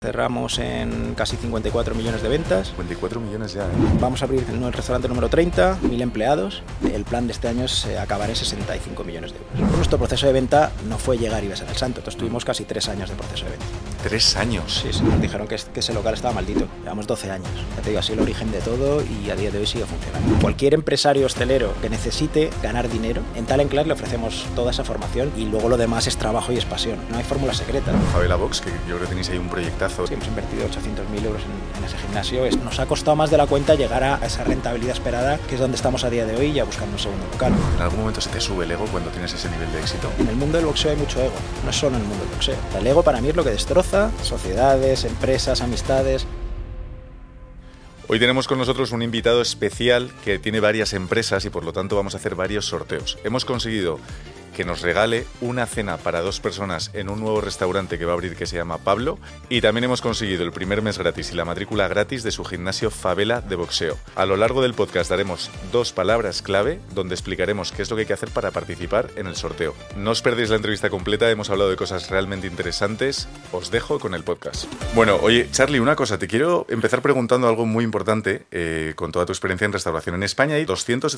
Cerramos en casi 54 millones de ventas. 54 millones ya, ¿eh? Vamos a abrir el restaurante número 30, 1.000 empleados. El plan de este año es acabar en 65 millones de euros. Nuestro proceso de venta no fue llegar y besar el santo. Entonces tuvimos casi 3 años de proceso de venta. 3 años. Sí, nos dijeron que ese local estaba maldito. Llevamos 12 años. Ya te digo, así el origen de todo y a día de hoy sigue funcionando. Cualquier empresario hostelero que necesite ganar dinero, en Talent Class le ofrecemos toda esa formación y luego lo demás es trabajo y es pasión. No hay fórmula secreta. Favela Box, que yo creo que tenéis ahí un proyectazo. Sí, hemos invertido 800.000 euros en ese gimnasio. Nos ha costado más de la cuenta llegar a esa rentabilidad esperada, que es donde estamos a día de hoy, ya buscando un segundo local. ¿En algún momento se te sube el ego cuando tienes ese nivel de éxito? En el mundo del boxeo hay mucho ego, no es solo en el mundo del boxeo. El ego para mí es lo que destroza sociedades, empresas, amistades. Hoy tenemos con nosotros un invitado especial que tiene varias empresas y por lo tanto vamos a hacer varios sorteos. Hemos conseguido que nos regale una cena para 2 personas en un nuevo restaurante que va a abrir que se llama Pablo, y también hemos conseguido el primer mes gratis y la matrícula gratis de su gimnasio Favela de boxeo. A lo largo del podcast daremos 2 palabras clave donde explicaremos qué es lo que hay que hacer para participar en el sorteo. No os perdéis la entrevista completa, hemos hablado de cosas realmente interesantes. Os dejo con el podcast. Bueno, oye, Charlie, una cosa, te quiero empezar preguntando algo muy importante con toda tu experiencia en restauración. En España hay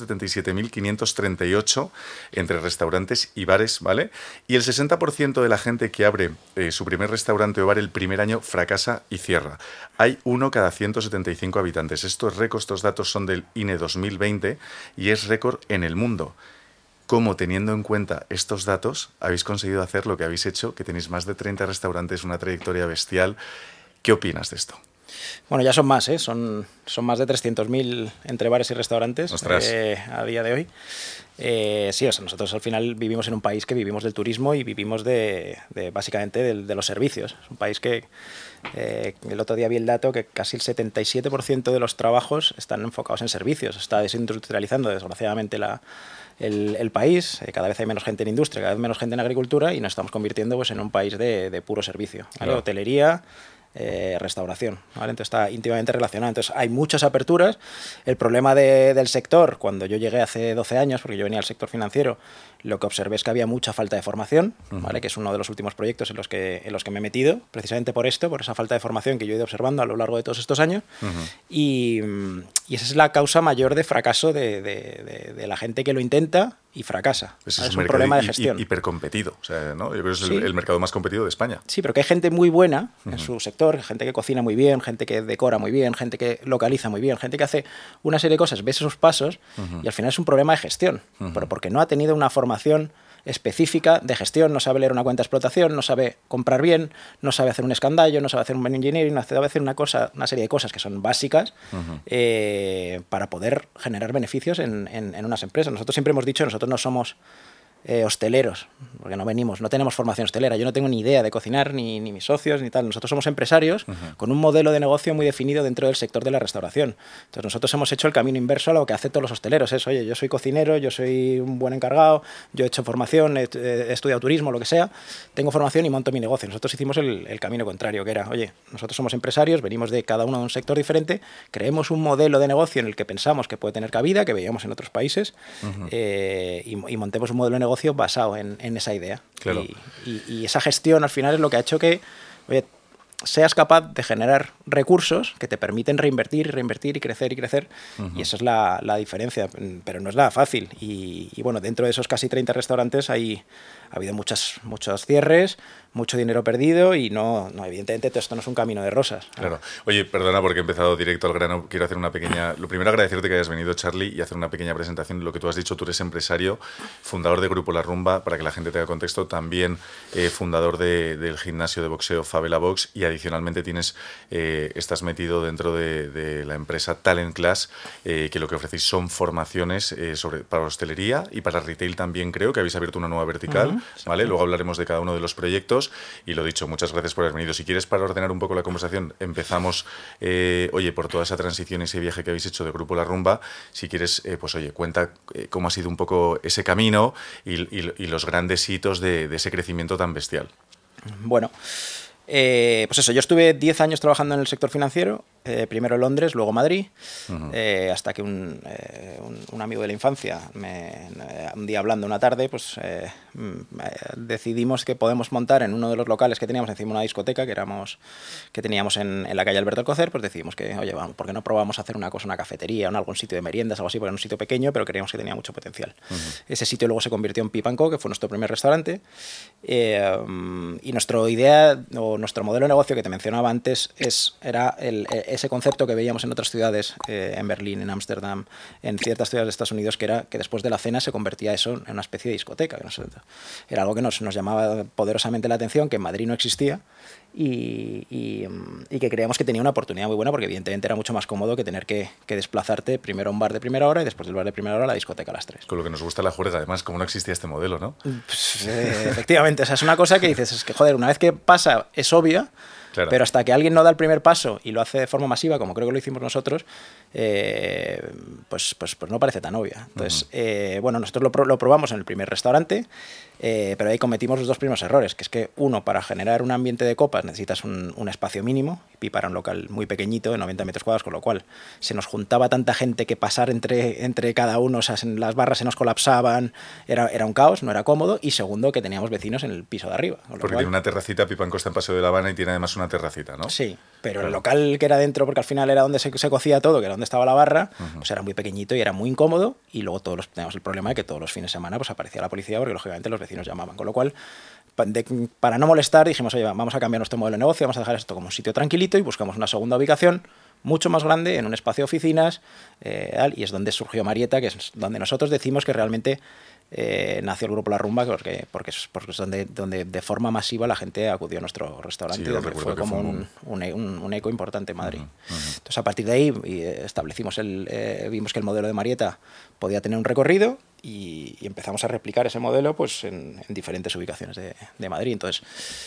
277.538 entre restaurantes y bares, ¿vale? Y el 60% de la gente que abre su primer restaurante o bar el primer año fracasa y cierra. Hay 1 cada 175 habitantes. Estos datos son del INE 2020 y es récord en el mundo. ¿Cómo, teniendo en cuenta estos datos, habéis conseguido hacer lo que habéis hecho, que tenéis más de 30 restaurantes, una trayectoria bestial? ¿Qué opinas de esto? Bueno, ya son más, ¿eh? Son más de 300.000 entre bares y restaurantes a día de hoy. Sí, o sea, nosotros al final vivimos en un país que vivimos del turismo y vivimos básicamente de los servicios. Es un país que el otro día vi el dato que casi el 77% de los trabajos están enfocados en servicios. Está desindustrializando desgraciadamente el país. Cada vez hay menos gente en industria, cada vez menos gente en agricultura y nos estamos convirtiendo pues, en un país de puro servicio, ¿vale? Claro. Hotelería, restauración, ¿vale? Entonces está íntimamente relacionado. Entonces hay muchas aperturas. El problema del sector, cuando yo llegué hace 12 años, porque yo venía del sector financiero, lo que observé es que había mucha falta de formación, ¿vale? Que es uno de los últimos proyectos en los que me he metido, precisamente por esa falta de formación que yo he ido observando a lo largo de todos estos años. Y esa es la causa mayor de fracaso de la gente que lo intenta y fracasa. Pues es un problema de gestión. Hipercompetido, o sea, ¿no? Yo creo que es sí. el mercado más competido de España. Sí, pero que hay gente muy buena en su sector, gente que cocina muy bien, gente que decora muy bien, gente que localiza muy bien, gente que hace una serie de cosas, ves esos pasos y al final es un problema de gestión, pero porque no ha tenido una formación específica de gestión, no sabe leer una cuenta de explotación, no sabe comprar bien, no sabe hacer un escandallo, no sabe hacer un menu engineering, no sabe hacer una serie de cosas que son básicas para poder generar beneficios en unas empresas. Nosotros siempre hemos dicho, nosotros no somos hosteleros, porque no tenemos formación hostelera. Yo no tengo ni idea de cocinar, ni mis socios, ni tal. Nosotros somos empresarios con un modelo de negocio muy definido dentro del sector de la restauración. Entonces nosotros hemos hecho el camino inverso a lo que hacen todos los hosteleros. Oye, yo soy cocinero, yo soy un buen encargado, yo he hecho formación, he estudiado turismo, lo que sea, tengo formación y monto mi negocio. Nosotros hicimos el camino contrario, que era, oye, nosotros somos empresarios, venimos de cada uno de un sector diferente, creemos un modelo de negocio en el que pensamos que puede tener cabida, que veíamos en otros países, y montemos un modelo de negocio basado en esa idea. Claro. Y esa gestión al final es lo que ha hecho que, oye, seas capaz de generar recursos que te permiten reinvertir y crecer. Y esa es la diferencia, pero no es nada fácil. Y bueno, dentro de esos casi 30 restaurantes ha habido muchos cierres, mucho dinero perdido y no evidentemente esto no es un camino de rosas. Claro. Oye, perdona porque he empezado directo al grano. Quiero hacer una pequeña... Lo primero, agradecerte que hayas venido, Charlie, y hacer una pequeña presentación de lo que tú has dicho. Tú eres empresario, fundador de Grupo La Rumba, para que la gente tenga contexto, también fundador del gimnasio de boxeo Favela Box, y adicionalmente estás metido dentro de la empresa Talent Class, que lo que ofrecéis son formaciones para hostelería y para retail también. Creo que habéis abierto una nueva vertical, ¿vale? Luego hablaremos de cada uno de los proyectos. Y lo dicho, muchas gracias por haber venido. Si quieres, para ordenar un poco la conversación, empezamos, por toda esa transición y ese viaje que habéis hecho de Grupo La Rumba. Si quieres, cuenta cómo ha sido un poco ese camino y los grandes hitos de ese crecimiento tan bestial. Bueno, Pues eso, yo estuve 10 años trabajando en el sector financiero, primero en Londres, luego Madrid, hasta que un amigo de la infancia, un día hablando una tarde, pues decidimos que podemos montar en uno de los locales que teníamos encima de una discoteca que teníamos en la calle Alberto Alcocer, pues decidimos que, oye, vamos, ¿por qué no probamos hacer una cosa, una cafetería, o algún sitio de meriendas, algo así, porque era un sitio pequeño, pero creíamos que tenía mucho potencial. Ese sitio luego se convirtió en Pip & Co, que fue nuestro primer restaurante, y nuestra idea, o nuestro modelo de negocio que te mencionaba antes, era ese concepto que veíamos en otras ciudades, en Berlín, en Ámsterdam, en ciertas ciudades de Estados Unidos, que era que después de la cena se convertía eso en una especie de discoteca. Era algo que nos llamaba poderosamente la atención, que en Madrid no existía, y que creíamos que tenía una oportunidad muy buena, porque evidentemente era mucho más cómodo que tener que desplazarte primero a un bar de primera hora y después del bar de primera hora a la discoteca a las 3. Con lo que nos gusta la juerga, además, como no existía este modelo, ¿no? Pues, efectivamente, o sea, es una cosa que dices, es que, joder, una vez que pasa es obvia, claro. Pero hasta que alguien no da el primer paso y lo hace de forma masiva, como creo que lo hicimos nosotros, pues no parece tan obvia. Entonces, bueno, nosotros lo probamos en el primer restaurante, pero ahí cometimos los dos primeros errores, que es que, uno, para generar un ambiente de copas necesitas un espacio mínimo, y para un local muy pequeñito, de 90 metros cuadrados, con lo cual se nos juntaba tanta gente que pasar entre cada uno, o sea, las barras se nos colapsaban, era un caos, no era cómodo, y segundo, que teníamos vecinos en el piso de arriba. Porque tiene una terracita, Pip & Co está en Paseo de La Habana y tiene además una terracita, ¿no? Sí, pero claro. El local que era dentro, porque al final era donde se cocía todo, que era donde estaba la barra, pues era muy pequeñito y era muy incómodo, y luego teníamos el problema de que todos los fines de semana pues aparecía la policía, porque lógicamente los vecinos llamaban, con lo cual para no molestar dijimos, oye, vamos a cambiar nuestro modelo de negocio, vamos a dejar esto como un sitio tranquilito y buscamos una segunda ubicación mucho más grande, en un espacio de oficinas, y es donde surgió Marieta, que es donde nosotros decimos que realmente nació el grupo La Rumba, porque es donde de forma masiva la gente acudió a nuestro restaurante, donde fue como un eco importante en Madrid. Entonces, a partir de ahí establecimos vimos que el modelo de Marieta podía tener un recorrido, y empezamos a replicar ese modelo pues en diferentes ubicaciones de Madrid. Entonces,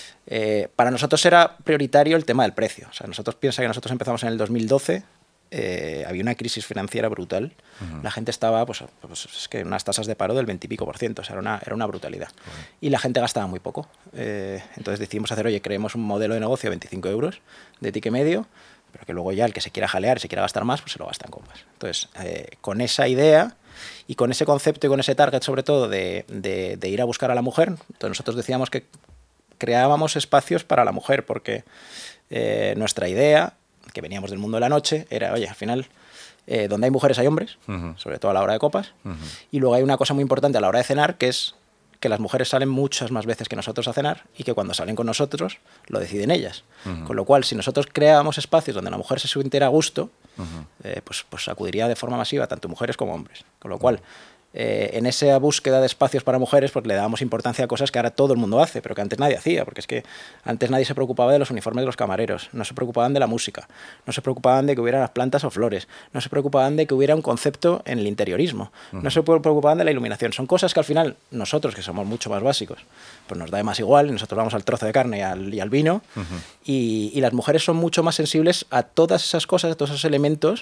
para nosotros era prioritario el tema del precio. O sea, piensa que nosotros empezamos en el 2012, había una crisis financiera brutal. La gente estaba, pues es que unas tasas de paro del 20 y pico %, o sea, era una brutalidad. Y la gente gastaba muy poco. Entonces decidimos hacer, oye, creemos un modelo de negocio de 25 euros de ticket medio, pero que luego ya el que se quiera jalear y se quiera gastar más, pues se lo gasta en copas. Entonces, con esa idea y con ese concepto y con ese target, sobre todo, de ir a buscar a la mujer, entonces nosotros decíamos que creábamos espacios para la mujer, porque nuestra idea, que veníamos del mundo de la noche, era, oye, al final, donde hay mujeres hay hombres, sobre todo a la hora de copas, y luego hay una cosa muy importante a la hora de cenar, que es que las mujeres salen muchas más veces que nosotros a cenar, y que cuando salen con nosotros lo deciden ellas. Con lo cual, si nosotros creábamos espacios donde la mujer se sintiera a gusto, pues acudiría de forma masiva tanto mujeres como hombres. Con lo cual, en esa búsqueda de espacios para mujeres, pues le dábamos importancia a cosas que ahora todo el mundo hace, pero que antes nadie hacía, porque es que antes nadie se preocupaba de los uniformes de los camareros, no se preocupaban de la música, no se preocupaban de que hubiera las plantas o flores, no se preocupaban de que hubiera un concepto en el interiorismo, no se preocupaban de la iluminación. Son cosas que al final nosotros, que somos mucho más básicos, pues nos da más igual, y nosotros vamos al trozo de carne y al vino, y las mujeres son mucho más sensibles a todas esas cosas, a todos esos elementos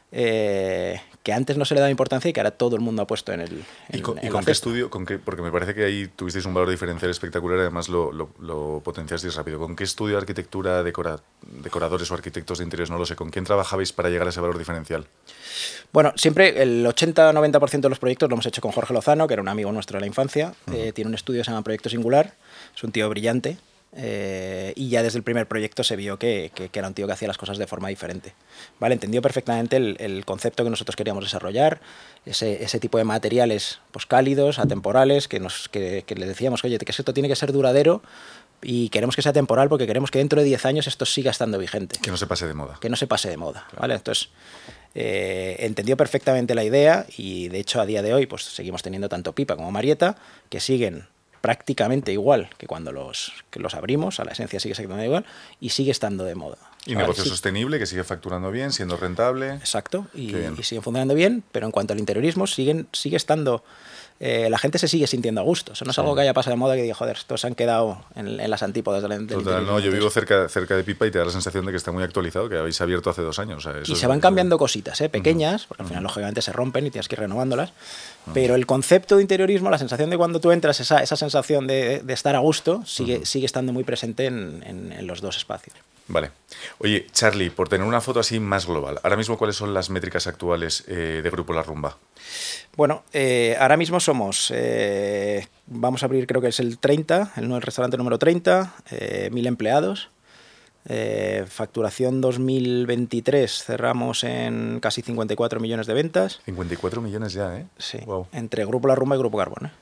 que antes no se le daba importancia y que ahora todo el mundo ha puesto en el ¿Y con qué estudio? Porque me parece que ahí tuvisteis un valor diferencial espectacular y además lo potenciasteis rápido. ¿Con qué estudio de arquitectura, decoradores o arquitectos de interiores, no lo sé, con quién trabajabais para llegar a ese valor diferencial? Bueno, siempre el 80-90% de los proyectos lo hemos hecho con Jorge Lozano, que era un amigo nuestro de la infancia. Tiene un estudio que se llama Proyecto Singular, es un tío brillante. Y ya desde el primer proyecto se vio que era un tío que hacía las cosas de forma diferente. ¿Vale? Entendió perfectamente el concepto que nosotros queríamos desarrollar, ese tipo de materiales pues, cálidos, atemporales, que le decíamos, oye, que esto tiene que ser duradero y queremos que sea temporal porque queremos que dentro de 10 años esto siga estando vigente. Que no se pase de moda. Que no se pase de moda. Claro. ¿Vale? Entonces, entendió perfectamente la idea y de hecho a día de hoy pues seguimos teniendo tanto Pipa como Marieta que siguen prácticamente igual que cuando los abrimos, a la esencia sigue exactamente igual y sigue estando de moda. Y negocio sostenible, que sigue facturando bien, siendo rentable. Exacto, y siguen funcionando bien, pero en cuanto al interiorismo, sigue estando... la gente se sigue sintiendo a gusto. Eso no es algo que haya pasado de moda que diga, joder, estos se han quedado en las antípodas del Total, no, yo vivo cerca de Pipa y te da la sensación de que está muy actualizado, que habéis abierto hace 2 años. O sea, y se van cambiando cositas, pequeñas, porque al final, lógicamente, se rompen y tienes que ir renovándolas. Pero el concepto de interiorismo, la sensación de cuando tú entras, esa sensación de estar a gusto, sigue estando muy presente en los dos espacios. Vale. Oye, Charlie, por tener una foto así más global, ahora mismo, ¿cuáles son las métricas actuales de Grupo La Rumba? Bueno, ahora mismo somos, vamos a abrir, creo que es el restaurante número 30, 1.000 empleados. Facturación 2023 cerramos en casi 54 millones de ventas. 54 millones ya, ¿eh? Sí, wow. Entre Grupo La Rumba y Grupo Carbón.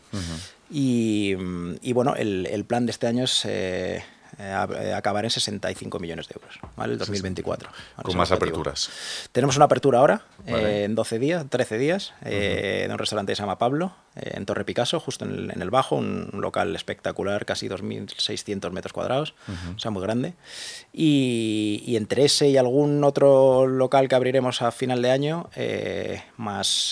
Y bueno, el plan de este año es... acabar en 65 millones de euros, ¿vale? El 2024. Con más aperturas. Tenemos una apertura ahora, vale. En 13 días, de un restaurante que se llama Pablo, en Torre Picasso, justo en el Bajo, un local espectacular, casi 2.600 metros cuadrados, o sea, muy grande. Y entre ese y algún otro local que abriremos a final de año, más...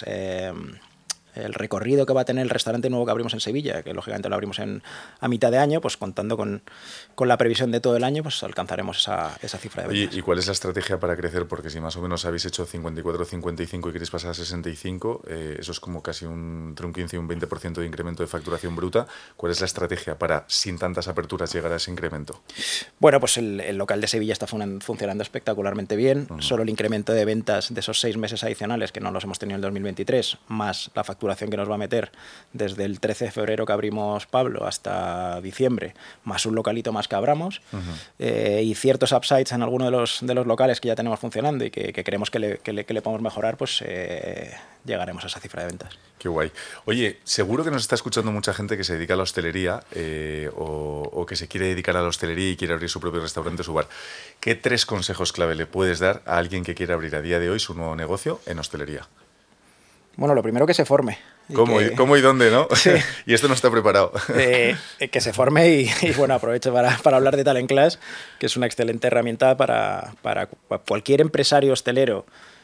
el recorrido que va a tener el restaurante nuevo que abrimos en Sevilla, que lógicamente lo abrimos a mitad de año, pues contando con la previsión de todo el año, pues alcanzaremos esa cifra de ventas. ¿Y cuál es la estrategia para crecer? Porque si más o menos habéis hecho 54 o 55 y queréis pasar a 65, eso es como casi entre un 15 y un 20% de incremento de facturación bruta. ¿Cuál es la estrategia para, sin tantas aperturas, llegar a ese incremento? Bueno, pues el local de Sevilla está funcionando espectacularmente bien. Solo el incremento de ventas de esos 6 meses adicionales, que no los hemos tenido en el 2023, más la facturación que nos va a meter desde el 13 de febrero que abrimos Pablo hasta diciembre, más un localito más que abramos, y ciertos upsides en alguno de los locales que ya tenemos funcionando y que creemos que le podemos mejorar, pues llegaremos a esa cifra de ventas. Qué guay. Oye, seguro que nos está escuchando mucha gente que se dedica a la hostelería o que se quiere dedicar a la hostelería y quiere abrir su propio restaurante, su bar. ¿Qué 3 consejos clave le puedes dar a alguien que quiere abrir a día de hoy su nuevo negocio en hostelería? Bueno, lo primero, que se forme. ¿Cómo y dónde, no? Sí. Y esto no está preparado. Que se forme y bueno, aprovecho para hablar de Talent Class, que es una excelente herramienta para cualquier empresario hostelero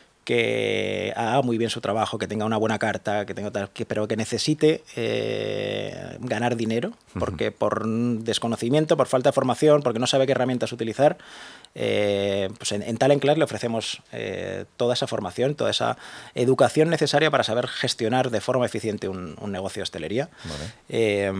que haga muy bien su trabajo, que tenga una buena carta, pero que necesite ganar dinero, porque por desconocimiento, por falta de formación, porque no sabe qué herramientas utilizar. Pues en Talent Class le ofrecemos toda esa formación, toda esa educación necesaria para saber gestionar de forma eficiente un negocio de hostelería. Vale.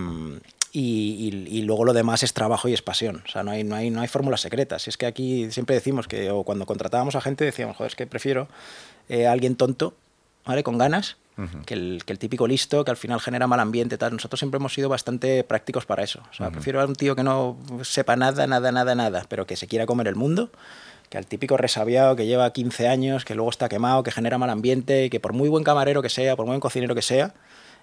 Y luego lo demás es trabajo y es pasión. O sea, no hay fórmulas secretas. Y es que aquí siempre decimos que, o cuando contratábamos a gente decíamos, joder, es que prefiero a alguien tonto, ¿vale? Con ganas, que el típico listo que al final genera mal ambiente, tal. Nosotros siempre hemos sido bastante prácticos para eso. O sea, prefiero a un tío que no sepa nada, pero que se quiera comer el mundo, que al típico resabiado que lleva 15 años, que luego está quemado, que genera mal ambiente, que por muy buen camarero que sea, por muy buen cocinero que sea,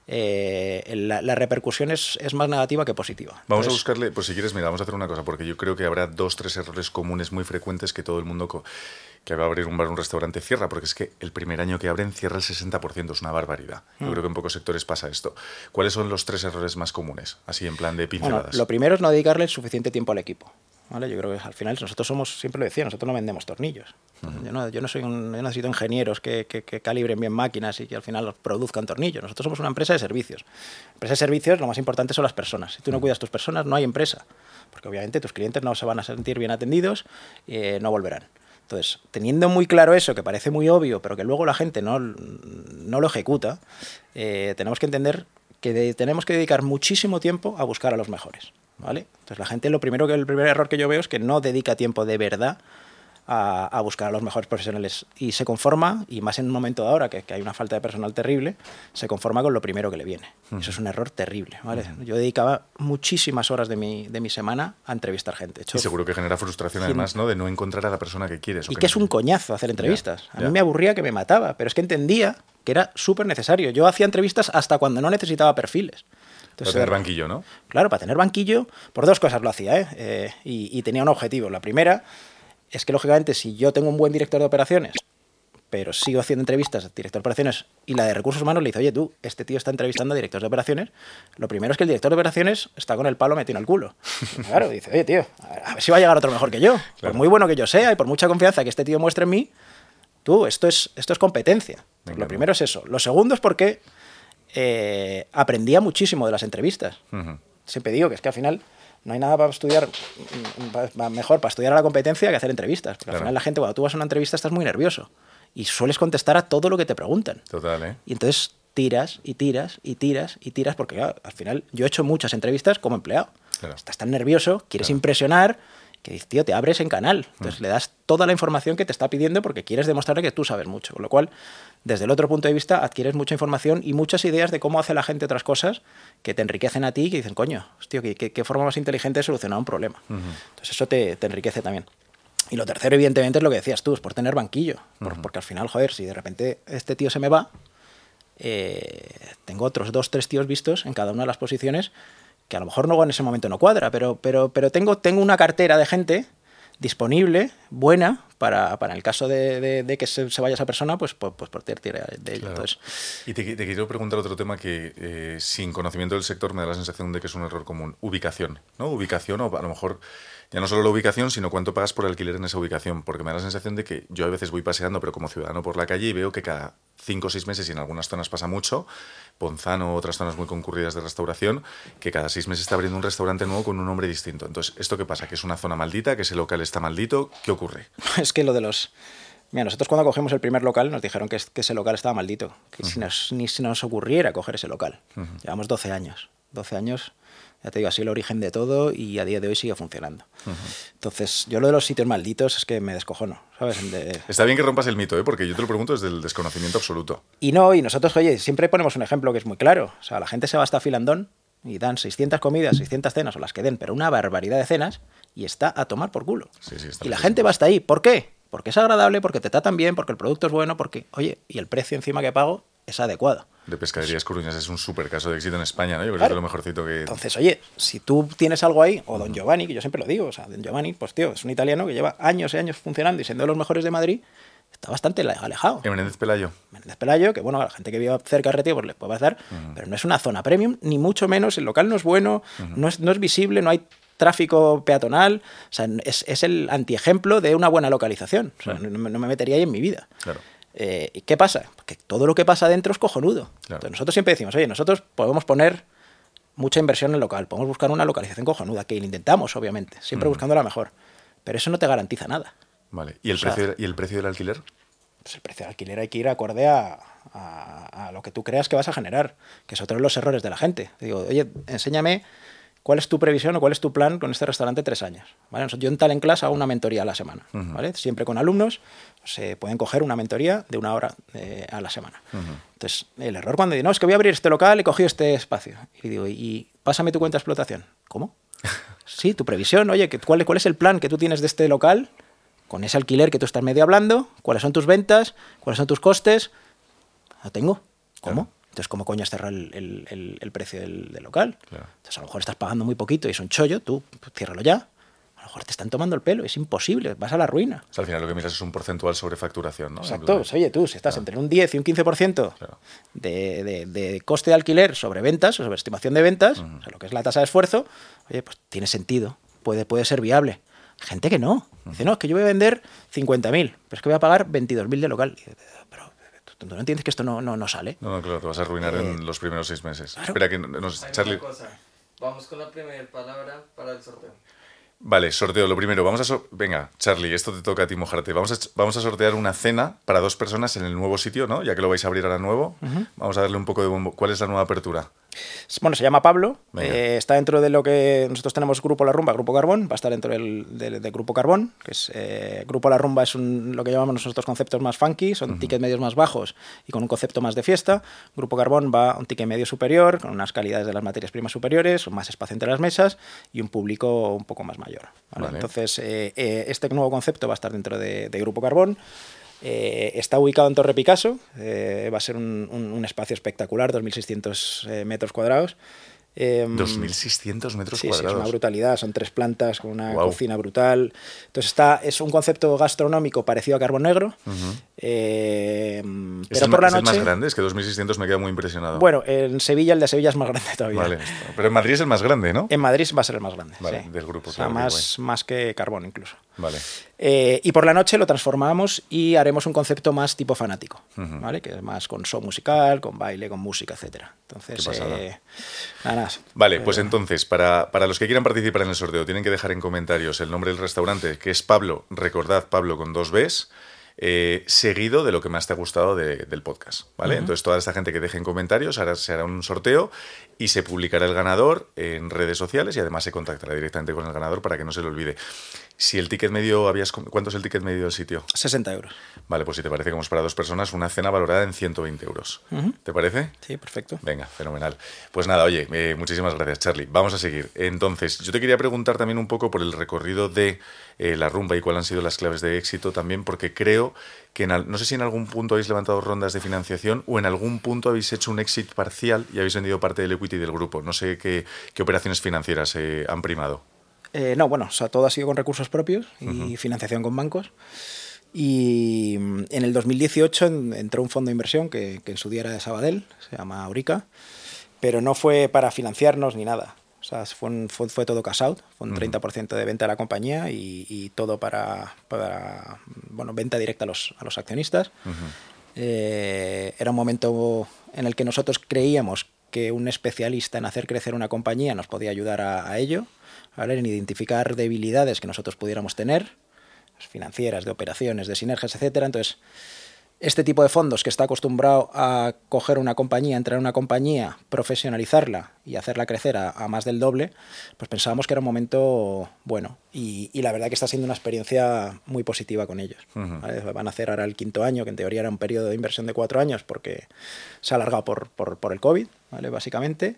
la repercusión es más negativa que positiva. Vamos a buscarle, pues si quieres, mira, vamos a hacer una cosa, porque yo creo que habrá 2-3 errores comunes muy frecuentes que todo el mundo que va a abrir un bar o un restaurante cierra, porque es que el primer año que abren cierra el 60%, es una barbaridad. Yo creo que en pocos sectores pasa esto. ¿Cuáles son los 3 errores más comunes, así en plan de pinceladas? Bueno, lo primero es no dedicarle suficiente tiempo al equipo. ¿Vale? Yo creo que al final siempre lo decía, nosotros no vendemos tornillos. Yo no necesito ingenieros que calibren bien máquinas y que al final produzcan tornillos. Nosotros somos una empresa de servicios. Empresa de servicios, lo más importante son las personas. Si tú no cuidas tus personas, no hay empresa. Porque obviamente tus clientes no se van a sentir bien atendidos y no volverán. Entonces, teniendo muy claro eso, que parece muy obvio, pero que luego la gente no lo ejecuta, tenemos que entender que tenemos que dedicar muchísimo tiempo a buscar a los mejores. ¿Vale? Entonces la gente, el primer error que yo veo es que no dedica tiempo de verdad a buscar a los mejores profesionales y se conforma, y más en un momento de ahora que hay una falta de personal terrible, se conforma con lo primero que le viene. Eso es un error terrible, ¿vale? Yo dedicaba muchísimas horas de mi semana a entrevistar gente. Y seguro que genera frustración además, ¿no? De no encontrar a la persona que quieres. Y que es un coñazo hacer entrevistas. A mí me aburría que me mataba, pero es que entendía que era súper necesario. Yo hacía entrevistas hasta cuando no necesitaba perfiles. Entonces, para tener banquillo, ¿no? Claro, para tener banquillo, por 2 cosas lo hacía, y tenía un objetivo. La primera es que, lógicamente, si yo tengo un buen director de operaciones, pero sigo haciendo entrevistas a director de operaciones y la de recursos humanos le dice, oye, tú, este tío está entrevistando a directores de operaciones. Lo primero es que el director de operaciones está con el palo metido en el culo. Y claro, dice, oye, tío, a ver si va a llegar otro mejor que yo. Claro. Por muy bueno que yo sea y por mucha confianza que este tío muestre en mí, tú, esto es competencia. Pues lo primero es eso. Lo segundo es porque aprendía muchísimo de las entrevistas. Siempre digo que es que al final no hay nada para estudiar mejor para estudiar a la competencia que hacer entrevistas. Porque al final la gente, cuando tú vas a una entrevista, estás muy nervioso y sueles contestar a todo lo que te preguntan. Total, ¿eh? Y entonces tiras y tiras y tiras y tiras porque claro, al final yo he hecho muchas entrevistas como empleado. Claro. Estás tan nervioso, quieres impresionar, que dices, tío, te abres en canal. Entonces le das toda la información que te está pidiendo porque quieres demostrarle que tú sabes mucho. Con lo cual, desde el otro punto de vista, adquieres mucha información y muchas ideas de cómo hace la gente otras cosas que te enriquecen a ti y que dicen, coño, hostia, ¿qué forma más inteligente de solucionar un problema? Entonces eso te enriquece también. Y lo tercero, evidentemente, es lo que decías tú, es por tener banquillo. Porque al final, joder, si de repente este tío se me va, tengo otros 2, 3 tíos vistos en cada una de las posiciones que a lo mejor luego en ese momento no cuadra, pero tengo una cartera de gente disponible, buena, para en el caso de que se vaya esa persona, pues por tirar de ello. Claro. Y te quiero preguntar otro tema que sin conocimiento del sector me da la sensación de que es un error común. Ubicación, ¿no? Ubicación, o a lo mejor ya no solo la ubicación, sino cuánto pagas por alquiler en esa ubicación, porque me da la sensación de que yo a veces voy paseando, pero como ciudadano por la calle, y veo que cada 5 o 6 meses, y en algunas zonas pasa mucho, Ponzano, otras zonas muy concurridas de restauración, que cada 6 meses está abriendo un restaurante nuevo con un nombre distinto. Entonces, ¿esto qué pasa? ¿Que es una zona maldita? ¿Que ese local está maldito? ¿Qué ocurre? Es que lo de los... Mira, nosotros cuando cogimos el primer local nos dijeron que ese local estaba maldito, que ni se nos ocurriera coger ese local. Llevamos 12 años. 12 años, ya te digo, ha sido el origen de todo y a día de hoy sigue funcionando. Entonces, yo lo de los sitios malditos es que me descojono, ¿sabes? Está bien que rompas el mito, ¿eh? Porque yo te lo pregunto desde el desconocimiento absoluto. Y nosotros, oye, siempre ponemos un ejemplo que es muy claro. O sea, la gente se va hasta Filandón y dan 600 comidas, 600 cenas o las que den, pero una barbaridad de cenas y está a tomar por culo. Sí, y la gente va hasta ahí. ¿Por qué? Porque es agradable, porque te tratan bien, porque el producto es bueno, porque, oye, y el precio encima que pago es adecuado. De Pescaderías Coruñas es un súper caso de éxito en España, ¿no? Yo creo Claro. que es lo mejorcito que... Entonces, oye, si tú tienes algo ahí, o Don Giovanni, que yo siempre lo digo, o sea, Don Giovanni, pues tío, es un italiano que lleva años y años funcionando y siendo de los mejores de Madrid, está bastante alejado. ¿En Menéndez Pelayo? Menéndez Pelayo, que bueno, a la gente que vive cerca del Retiro pues le puede pasar, pero no es una zona premium, ni mucho menos, el local no es bueno, no es visible, no hay tráfico peatonal, o sea, es el antiejemplo de una buena localización. O sea, no me metería ahí en mi vida. Claro. ¿Y qué pasa? Porque todo lo que pasa dentro es cojonudo. Claro. Entonces nosotros siempre decimos, oye, nosotros podemos poner mucha inversión en el local, podemos buscar una localización cojonuda, que lo intentamos, obviamente, siempre buscando la mejor, pero eso no te garantiza nada. Vale. ¿Y el precio del alquiler? Pues el precio del alquiler hay que ir acorde a lo que tú creas que vas a generar, que es otro de los errores de la gente. Te digo, oye, enséñame cuál es tu previsión o cuál es tu plan con este restaurante 3 años. ¿Vale? Yo en Talent Class hago una mentoría a la semana, ¿vale? Siempre con alumnos, se pueden coger una mentoría de 1 hora a la semana. Entonces, el error cuando digo, no, es que voy a abrir este local, he cogido este espacio. Y digo, y pásame tu cuenta de explotación. ¿Cómo? Sí, tu previsión, oye, ¿cuál es el plan que tú tienes de este local? Con ese alquiler que tú estás medio hablando, ¿cuáles son tus ventas? ¿Cuáles son tus costes? No tengo. ¿Cómo? Claro. Entonces, ¿cómo coño has cerrado el precio del local? Claro. Entonces, a lo mejor estás pagando muy poquito y es un chollo, tú ciérralo ya. A lo mejor te están tomando el pelo, es imposible, vas a la ruina. O sea, al final lo que miras es un porcentual sobre facturación, ¿no? Exacto. Pues, oye, tú, si estás entre un 10 y un 15% de coste de alquiler sobre ventas o sobre estimación de ventas, o sea, lo que es la tasa de esfuerzo, oye, pues tiene sentido, puede ser viable. Gente que no. Dice, no, es que yo voy a vender 50.000, pero es que voy a pagar 22.000 de local. Pero tú no entiendes que esto no sale. No, claro, te vas a arruinar en los primeros 6 meses. Claro. Espera, que Charlie... Vamos con la primera palabra para el sorteo. Vale, sorteo. Lo primero, venga, Charlie, esto te toca a ti mojarte. Vamos a sortear una cena para 2 personas en el nuevo sitio, ¿no? Ya que lo vais a abrir ahora nuevo. Vamos a darle un poco de bombo. ¿Cuál es la nueva apertura? Bueno, se llama Pablo. Está dentro de lo que nosotros tenemos Grupo La Rumba, Grupo Carbón. Va a estar dentro del Grupo Carbón, que es Grupo La Rumba es lo que llamamos nosotros conceptos más funky, son tickets medios más bajos y con un concepto más de fiesta. Grupo Carbón va a un ticket medio superior, con unas calidades de las materias primas superiores, más espacio entre las mesas y un público un poco más mayor. ¿Vale? Vale. Entonces, este nuevo concepto va a estar dentro de Grupo Carbón. Está ubicado en Torre Picasso, va a ser un espacio espectacular, 2.600 metros cuadrados. 2.600 metros cuadrados. Sí, es una brutalidad, son 3 plantas con una cocina brutal. Entonces es un concepto gastronómico parecido a Carbón Negro, Pero por la noche... ¿Es el más grande? Es que 2.600 me queda muy impresionado. Bueno, en Sevilla el de Sevilla es más grande todavía. Vale, pero en Madrid es el más grande, ¿no? En Madrid va a ser el más grande, vale, sí. Del grupo, o sea, claro. más que Carbón incluso. Vale. Y por la noche lo transformamos y haremos un concepto más tipo fanático, ¿vale? Que es más con show musical, con baile, con música, etcétera. Entonces, nada. Vale, pues entonces, para los que quieran participar en el sorteo, tienen que dejar en comentarios el nombre del restaurante, que es Pablo, recordad, Pablo con 2 Bs, seguido de lo que más te ha gustado del podcast, ¿vale? Entonces, toda esta gente que deje en comentarios, ahora se hará un sorteo y se publicará el ganador en redes sociales y además se contactará directamente con el ganador para que no se le olvide. Si el ticket medio, ¿cuánto es el ticket medio del sitio? 60 euros. Vale, pues si te parece, como es para 2 personas, una cena valorada en 120 euros. ¿Te parece? Sí, perfecto. Venga, fenomenal. Pues nada, oye, muchísimas gracias, Charly. Vamos a seguir. Entonces, yo te quería preguntar también un poco por el recorrido de la rumba y cuáles han sido las claves de éxito también, porque creo que no sé si en algún punto habéis levantado rondas de financiación o en algún punto habéis hecho un exit parcial y habéis vendido parte del equity del grupo. No sé qué operaciones financieras han primado. No, bueno, o sea, todo ha sido con recursos propios y financiación con bancos. Y en el 2018 entró un fondo de inversión que en su día era de Sabadell, se llama Aurica, pero no fue para financiarnos ni nada. O sea, fue todo cash out, fue un 30% de venta de la compañía y todo para venta directa a los accionistas. Era un momento en el que nosotros creíamos que un especialista en hacer crecer una compañía nos podía ayudar a ello, ¿vale? En identificar debilidades que nosotros pudiéramos tener, financieras, de operaciones, de sinergias, etcétera. Entonces, este tipo de fondos que está acostumbrado a coger una compañía, entrar en una compañía, profesionalizarla y hacerla crecer a más del doble, pues pensábamos que era un momento bueno. Y la verdad que está siendo una experiencia muy positiva con ellos. ¿Vale? Van a hacer ahora el 5º año, que en teoría era un periodo de inversión de 4 años porque se ha alargado por el COVID, ¿vale? Básicamente.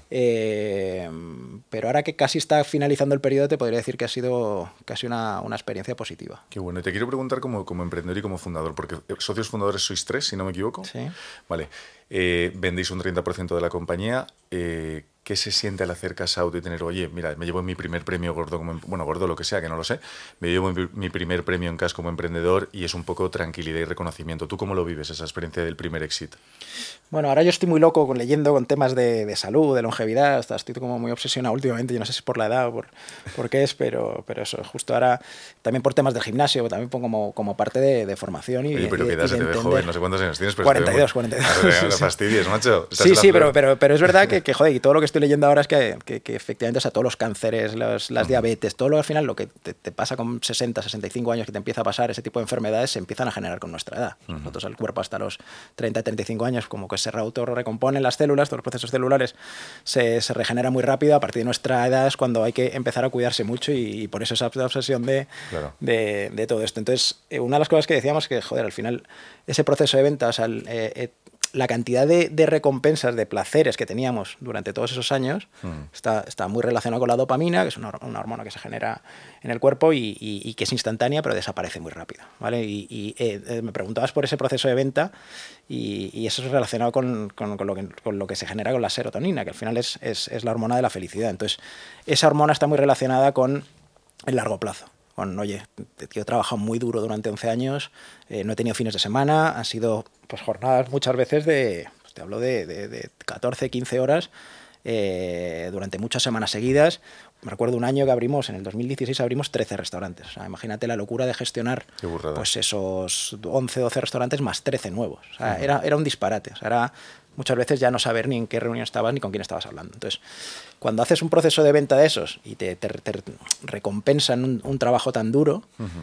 Pero ahora que casi está finalizando el periodo, te podría decir que ha sido casi una experiencia positiva. Qué bueno. Y te quiero preguntar como emprendedor y como fundador, porque socios fundadores sois 3, si no me equivoco. Sí. Vale. Vendéis un 30% de la compañía. ¿Qué se siente al hacer cash out y tener, oye, mira, me llevo mi primer premio gordo, gordo lo que sea, que no lo sé, me llevo mi primer premio en cash como emprendedor y es un poco tranquilidad y reconocimiento? ¿Tú cómo lo vives, esa experiencia del primer exit? Bueno, ahora yo estoy muy loco leyendo con temas de salud, de longevidad, estoy como muy obsesionado últimamente, yo no sé si es por la edad o por qué es, pero eso, justo ahora, también por temas del gimnasio, también pongo como parte de formación y Oye, pero qué edad se te ve joven, no sé cuántos años tienes, pero 42. No fastidies, macho. Sí, pero es verdad que joder, y todo lo que estoy leyendo ahora es que efectivamente, o sea, todos los cánceres, las diabetes, todo al final lo que te pasa con 60, 65 años que te empieza a pasar, ese tipo de enfermedades se empiezan a generar con nuestra edad. Nosotros el cuerpo hasta los 30, 35 años como que se autorrecomponen las células, todos los procesos celulares se regeneran muy rápido. A partir de nuestra edad es cuando hay que empezar a cuidarse mucho y por eso esa obsesión de todo esto. Entonces, una de las cosas que decíamos es que, joder, al final ese proceso de venta, o sea, la cantidad de recompensas, de placeres que teníamos durante todos esos años está muy relacionado con la dopamina, que es una hormona que se genera en el cuerpo y que es instantánea, pero desaparece muy rápido, ¿vale? Me preguntabas por ese proceso de venta y eso es relacionado con lo que se genera con la serotonina, que al final es la hormona de la felicidad. Entonces, esa hormona está muy relacionada con el largo plazo. Oye, yo he trabajado muy duro durante 11 años, no he tenido fines de semana, han sido pues jornadas muchas veces te hablo de 14, 15 horas durante muchas semanas seguidas. Me recuerdo un año que en el 2016 abrimos 13 restaurantes. O sea, imagínate la locura de gestionar pues esos 11, 12 restaurantes más 13 nuevos. O sea, era un disparate. O sea, era muchas veces ya no saber ni en qué reunión estabas ni con quién estabas hablando. Entonces, cuando haces un proceso de venta de esos y te recompensan un trabajo tan duro,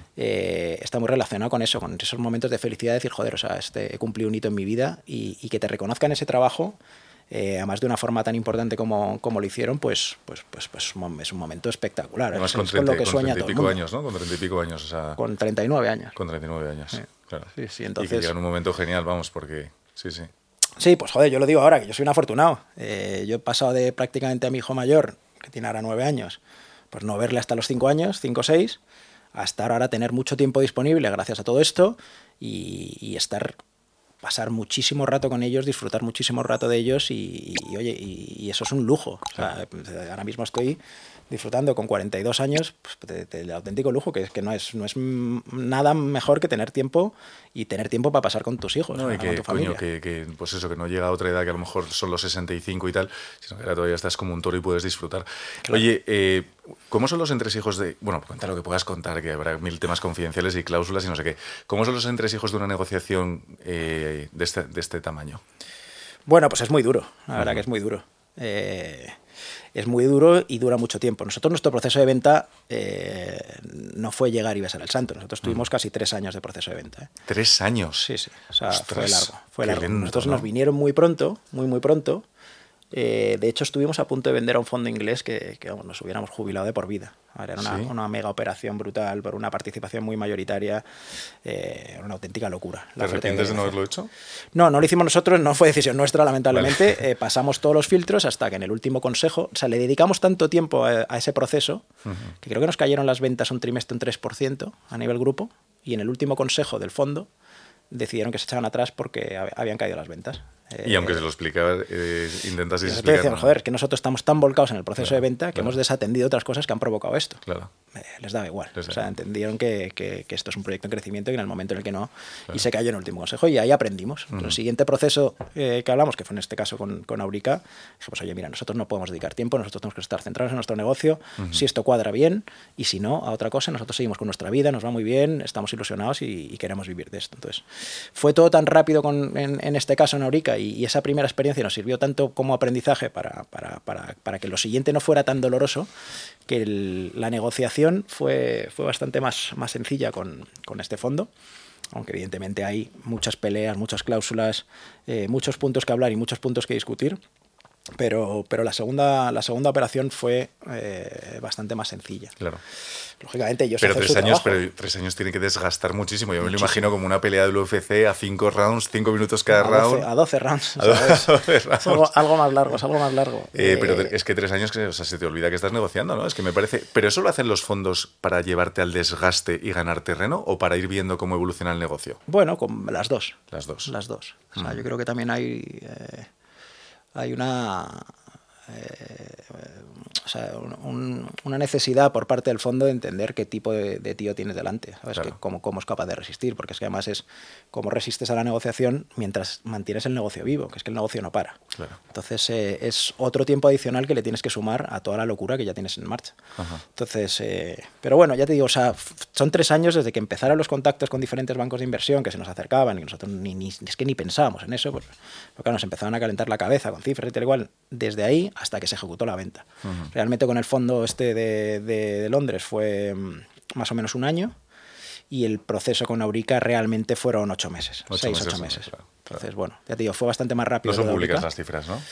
está muy relacionado con eso, con esos momentos de felicidad, de decir, joder, o sea, he cumplido un hito en mi vida y que te reconozcan ese trabajo, además de una forma tan importante como lo hicieron, pues es un momento espectacular. Además, con lo que sueña todo el mundo. Años, ¿no? Con 30 y pico años. O sea, con 39 años. Con 39 años, sí. Claro. Sí, entonces... Y que llega en un momento genial, vamos, porque... Sí. Sí, pues joder, yo lo digo ahora, que yo soy un afortunado. Yo he pasado de prácticamente a mi hijo mayor, que tiene ahora 9 años, pues no verle hasta los 5 años, 5 o 6, hasta ahora tener mucho tiempo disponible gracias a todo esto y estar pasar muchísimo rato con ellos, disfrutar muchísimo rato de ellos oye, y eso es un lujo. O sea, ahora mismo estoy disfrutando con 42 años del auténtico lujo, que no es nada mejor que tener tiempo para pasar con tus hijos, No, y con que, tu familia. coño, pues eso, que no llega a otra edad que a lo mejor son los 65 y tal, sino que ahora todavía estás como un toro y puedes disfrutar. Claro. Oye, ¿cómo son los entresijos de... Bueno, cuenta lo que puedas contar, que habrá 1000 temas confidenciales y cláusulas y no sé qué. ¿Cómo son los entresijos de una negociación de este tamaño? Bueno, pues es muy duro, la verdad que es muy duro. Es muy duro y dura mucho tiempo. Nosotros, nuestro proceso de venta no fue llegar y besar el santo. Nosotros tuvimos casi 3 años de proceso de venta. 3 años. Sí. O sea, ostras, fue largo. Lento, nosotros ¿no? nos vinieron muy pronto, muy pronto. De hecho, estuvimos a punto de vender a un fondo inglés que vamos, nos hubiéramos jubilado de por vida. Era una mega operación brutal, por una participación muy mayoritaria. Era una auténtica locura. ¿Te arrepientes de no haberlo hecho? No lo hicimos nosotros, no fue decisión nuestra, lamentablemente. Vale. Pasamos todos los filtros hasta que en el último consejo, o sea, le dedicamos tanto tiempo a ese proceso que creo que nos cayeron las ventas un trimestre un 3% a nivel grupo, y en el último consejo del fondo decidieron que se echaban atrás porque habían caído las ventas. Y aunque se lo explicaba, intentasteis explicar. Decíamos, joder, que nosotros estamos tan volcados en el proceso de venta que hemos desatendido otras cosas que han provocado esto. Claro. Les daba igual. O sea, entendieron que esto es un proyecto en crecimiento y en el momento en el que no, y se cayó en el último consejo, y ahí aprendimos. El siguiente proceso que hablamos, que fue en este caso con Aurica, dijimos, oye, mira, nosotros no podemos dedicar tiempo, nosotros tenemos que estar centrados en nuestro negocio, si esto cuadra bien, y si no, a otra cosa, nosotros seguimos con nuestra vida, nos va muy bien, estamos ilusionados y queremos vivir de esto. Entonces, fue todo tan rápido en este caso en Aurica, y esa primera experiencia nos sirvió tanto como aprendizaje para que lo siguiente no fuera tan doloroso, que la negociación fue bastante más sencilla con este fondo, aunque evidentemente hay muchas peleas, muchas cláusulas, muchos puntos que hablar y muchos puntos que discutir. Pero la segunda operación fue bastante más sencilla. Claro. Lógicamente ellos pero hacen su trabajo. Pero 3 años tiene que desgastar muchísimo. Yo me lo imagino como una pelea del UFC a 5 rounds, 5 minutos cada round. A 12 rounds. A 12 rounds. Algo más largo, es algo más largo. Pero es que 3 años, o sea, se te olvida que estás negociando, ¿no? Es que me parece... ¿Pero eso lo hacen los fondos para llevarte al desgaste y ganar terreno o para ir viendo cómo evoluciona el negocio? Bueno, con las dos. Las dos. Las dos. O sea, yo creo que también hay una... una necesidad por parte del fondo de entender qué tipo de tío tienes delante, ¿sabes? Claro. Cómo es capaz de resistir, porque es que además es cómo resistes a la negociación mientras mantienes el negocio vivo, que es que el negocio no para. Claro. Entonces es otro tiempo adicional que le tienes que sumar a toda la locura que ya tienes en marcha. Ajá. Entonces, pero bueno, ya te digo, o sea, son 3 años desde que empezaron los contactos con diferentes bancos de inversión que se nos acercaban y nosotros es que ni pensábamos en eso, porque nos empezaban a calentar la cabeza con cifras y tal igual, desde ahí hasta que se ejecutó la venta. Realmente con el fondo este de Londres fue más o menos 1 año, y el proceso con Aurica realmente fueron 8 meses, 6-8 meses. Claro. Entonces, bueno, ya te digo, fue bastante más rápido. No son públicas las cifras, ¿no?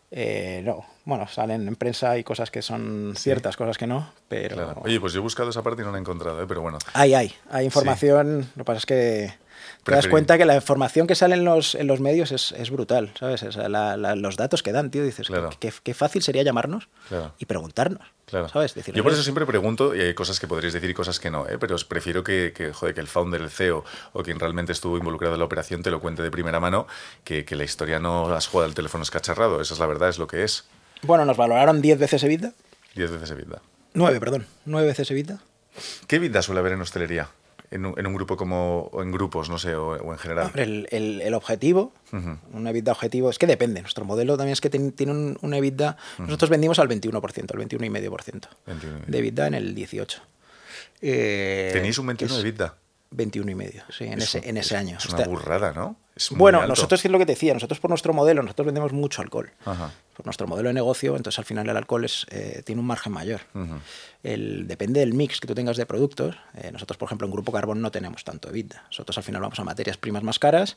No, bueno, salen en prensa, hay cosas que son ciertas, cosas que no, pero... Claro. Oye, pues yo he buscado esa parte y no la he encontrado, pero bueno. Hay información, sí. Lo que pasa es que te das cuenta que la información que sale en los medios es brutal, ¿sabes? O sea, los datos que dan, tío, dices, claro. qué fácil sería llamarnos y preguntarnos, claro. ¿sabes? Yo por eso siempre pregunto, y hay cosas que podréis decir y cosas que no, pero os prefiero que el founder, el CEO o quien realmente estuvo involucrado en la operación te lo cuente de primera mano, que la historia no has jugado al teléfono escacharrado, esa es la verdad, es lo que es. Bueno, nos valoraron 10 veces EBITDA. 10 veces EBITDA. 9 veces EBITDA. ¿Qué EBITDA suele haber en hostelería? En un grupo como, o en grupos, no sé, o en general. Hombre, el objetivo, un EBITDA objetivo, es que depende. Nuestro modelo también es que tiene un EBITDA. Nosotros vendimos al 21%, al 21,5% de EBITDA en el 18. ¿Tenéis un 21 de EBITDA? 21,5, sí, en ese año. Es una burrada, ¿no? Es muy bueno, alto. Nosotros, es lo que te decía, nosotros por nuestro modelo, nosotros vendemos mucho alcohol. Ajá. Por nuestro modelo de negocio, entonces al final el alcohol tiene un margen mayor. Depende del mix que tú tengas de productos. Nosotros, por ejemplo, en Grupo Carbón no tenemos tanto EBITDA. Nosotros al final vamos a materias primas más caras,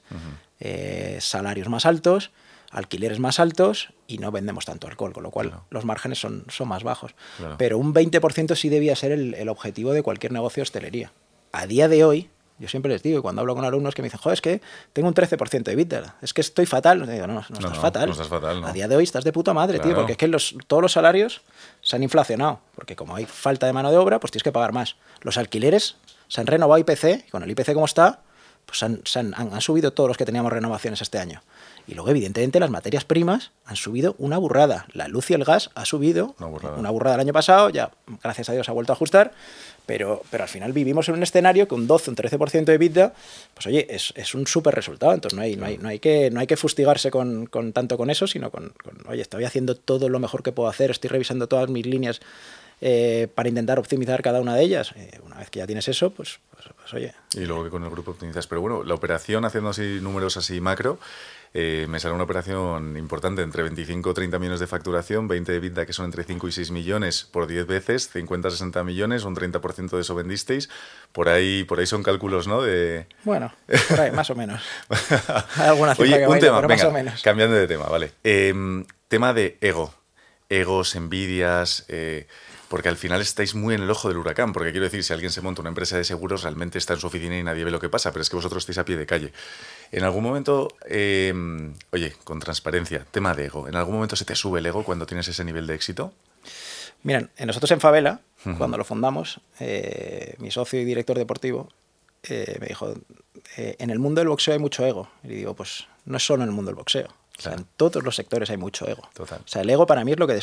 salarios más altos, alquileres más altos y no vendemos tanto alcohol, con lo cual los márgenes son más bajos. Claro. Pero un 20% sí debía ser el objetivo de cualquier negocio de hostelería. A día de hoy, yo siempre les digo, y cuando hablo con alumnos que me dicen, joder, es que tengo un 13% de EBITDA, es que estoy fatal. Digo, no estás fatal. No estás fatal, no. A día de hoy estás de puta madre, tío, porque es que todos los salarios se han inflacionado, porque como hay falta de mano de obra, pues tienes que pagar más. Los alquileres se han renovado IPC, y con el IPC como está, pues han subido todos los que teníamos renovaciones este año. Y luego, evidentemente, las materias primas han subido una burrada. La luz y el gas ha subido una burrada el año pasado, ya gracias a Dios ha vuelto a ajustar, pero al final vivimos en un escenario que un 12, un 13% de EBITDA, pues oye, es un súper resultado. Entonces no hay que fustigarse tanto con eso, sino oye, estoy haciendo todo lo mejor que puedo hacer, estoy revisando todas mis líneas para intentar optimizar cada una de ellas. Una vez que ya tienes eso, pues oye. Y luego que con el grupo optimizas. Pero bueno, la operación, haciendo así números así macro, me sale una operación importante, entre 25 o 30 millones de facturación, 20 de EBITDA, que son entre 5 y 6 millones por 10 veces, 50 a 60 millones, un 30% de eso vendisteis. Por ahí son cálculos, ¿no? Bueno, por ahí, más o menos. Hay alguna cifra Oye, que un baila, tema, pero venga, más o menos. cambiando de tema, vale. Tema de egos, envidias... porque al final estáis muy en el ojo del huracán, porque quiero decir, si alguien se monta una empresa de seguros, realmente está en su oficina y nadie ve lo que pasa, pero es que vosotros estáis a pie de calle. En algún momento, oye, con transparencia, tema de ego, ¿en algún momento se te sube el ego cuando tienes ese nivel de éxito? Miren, nosotros en Favela, cuando lo fundamos, mi socio y director deportivo me dijo, en el mundo del boxeo hay mucho ego. Y digo, pues no es solo en el mundo del boxeo. O sea, en todos los sectores hay mucho ego. Total. O sea, el ego para mí es lo que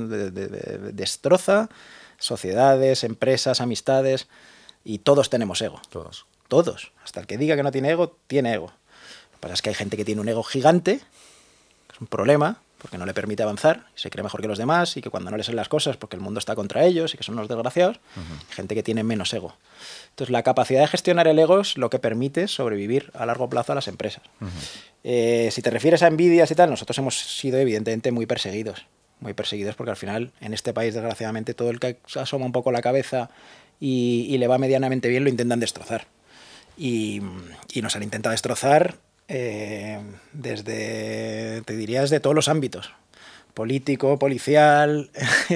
destroza sociedades, empresas, amistades, y todos tenemos ego. Todos. Todos. Hasta el que diga que no tiene ego, tiene ego. Lo que pasa es que hay gente que tiene un ego gigante, que es un problema, porque no le permite avanzar, y se cree mejor que los demás, y que cuando no le salen las cosas, porque el mundo está contra ellos, y que son unos desgraciados, hay gente que tiene menos ego. Entonces, la capacidad de gestionar el ego es lo que permite sobrevivir a largo plazo a las empresas. Si te refieres a envidias y tal, nosotros hemos sido evidentemente muy perseguidos porque al final, en este país, desgraciadamente, todo el que asoma un poco la cabeza y le va medianamente bien, lo intentan destrozar. Y nos han intentado destrozar desde todos los ámbitos. Político, policial,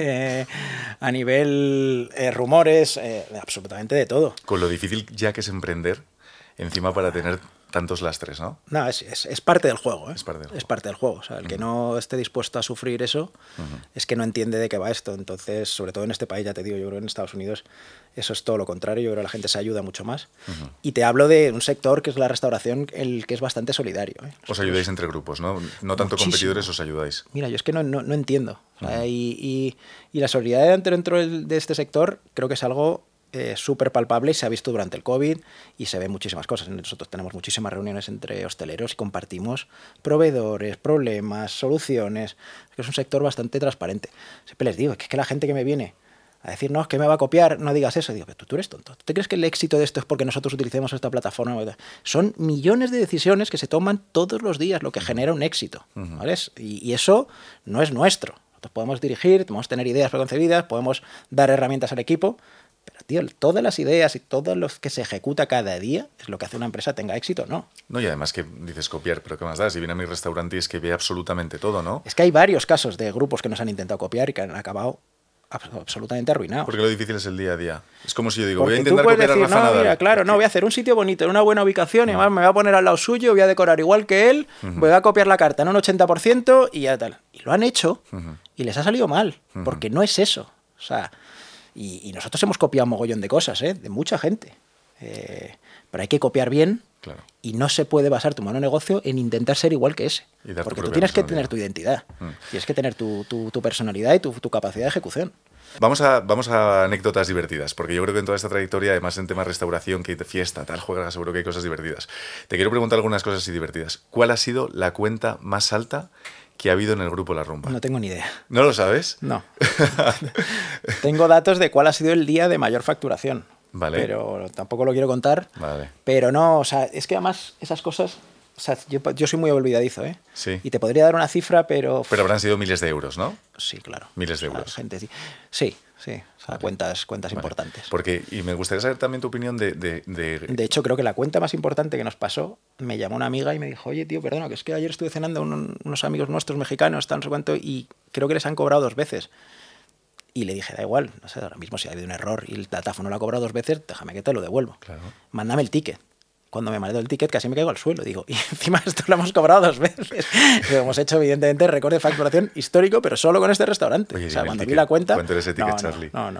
a nivel rumores, absolutamente de todo. Con lo difícil ya que es emprender, encima para tener tantos lastres, ¿no? No, es parte del juego, ¿eh? Es parte del juego. Es parte del juego. O sea, el que no esté dispuesto a sufrir eso es que no entiende de qué va esto. Entonces, sobre todo en este país, ya te digo, yo creo que en Estados Unidos eso es todo lo contrario. Yo creo que la gente se ayuda mucho más. Y te hablo de un sector que es la restauración, el que es bastante solidario, ¿eh? Os ayudáis entre grupos, ¿no? No tanto Muchísimo. competidores, os ayudáis. Mira, yo es que no entiendo. O sea, y la solidaridad dentro de este sector creo que es algo súper palpable y se ha visto durante el COVID y se ven muchísimas cosas. Nosotros tenemos muchísimas reuniones entre hosteleros y compartimos proveedores, problemas, soluciones. Es un sector bastante transparente. Siempre les digo, es que la gente que me viene a decir, no, es que me va a copiar, no digas eso. Digo, pero tú eres tonto. ¿Tú te crees que el éxito de esto es porque nosotros utilicemos esta plataforma? Son millones de decisiones que se toman todos los días, lo que genera un éxito, ¿vale? Y eso no es nuestro. Nosotros podemos dirigir, podemos tener ideas preconcebidas, podemos dar herramientas al equipo, pero, tío, todas las ideas y todo lo que se ejecuta cada día es lo que hace una empresa tenga éxito, ¿no? No, y además que dices copiar, pero ¿qué más da? Si viene a mi restaurante y es que ve absolutamente todo, ¿no? Es que hay varios casos de grupos que nos han intentado copiar y que han acabado absolutamente arruinados. Porque lo difícil es el día a día. Es como si yo digo, Porque voy a intentar tú puedes copiar a decir, Rafa no, Nadal. mira, claro, no, voy a hacer un sitio bonito, en una buena ubicación, y además me voy a poner al lado suyo, voy a decorar igual que él, voy a copiar la carta en un 80% y ya tal. Y lo han hecho y les ha salido mal, porque no es eso. O sea, y nosotros hemos copiado un mogollón de cosas, de mucha gente. Pero hay que copiar bien. Claro. Y no se puede basar tu modelo de negocio en intentar ser igual que ese. Porque tú tienes que tener tu identidad. Tienes que tener tu personalidad y tu capacidad de ejecución. Vamos a anécdotas divertidas, porque yo creo que en toda esta trayectoria, además en temas restauración, que fiesta, tal, juegas, seguro que hay cosas divertidas. Te quiero preguntar algunas cosas así divertidas. ¿Cuál ha sido la cuenta más alta que ha habido en el grupo La Rumba? No tengo ni idea. ¿No lo sabes? No. Tengo datos de cuál ha sido el día de mayor facturación. Vale. Pero tampoco lo quiero contar. Vale. Pero no, o sea, es que además esas cosas... O sea, yo soy muy olvidadizo, ¿eh? Sí. Y te podría dar una cifra, pero... Pero habrán sido miles de euros, ¿no? Sí, claro. Miles de O sea, euros. Gente, sí. Sí. O sea, vale. cuentas Vale. importantes. Y me gustaría saber también tu opinión De hecho, creo que la cuenta más importante que nos pasó, me llamó una amiga y me dijo, oye, tío, perdona, que es que ayer estuve cenando unos amigos nuestros mexicanos, no sé cuánto, y creo que les han cobrado 2 veces. Y le dije, da igual, no sé, ahora mismo si ha habido un error y el datáfono lo ha cobrado 2 veces, déjame que te lo devuelvo. Claro. Mándame el ticket. Cuando me mandó el ticket casi me caigo al suelo. Digo, y encima esto lo hemos cobrado 2 veces. Pero hemos hecho, evidentemente, récord de facturación histórico, pero solo con este restaurante. Oye, o sea, cuando ticket. vi la cuenta... ¿Cuánto era ese ticket, Charlie? No.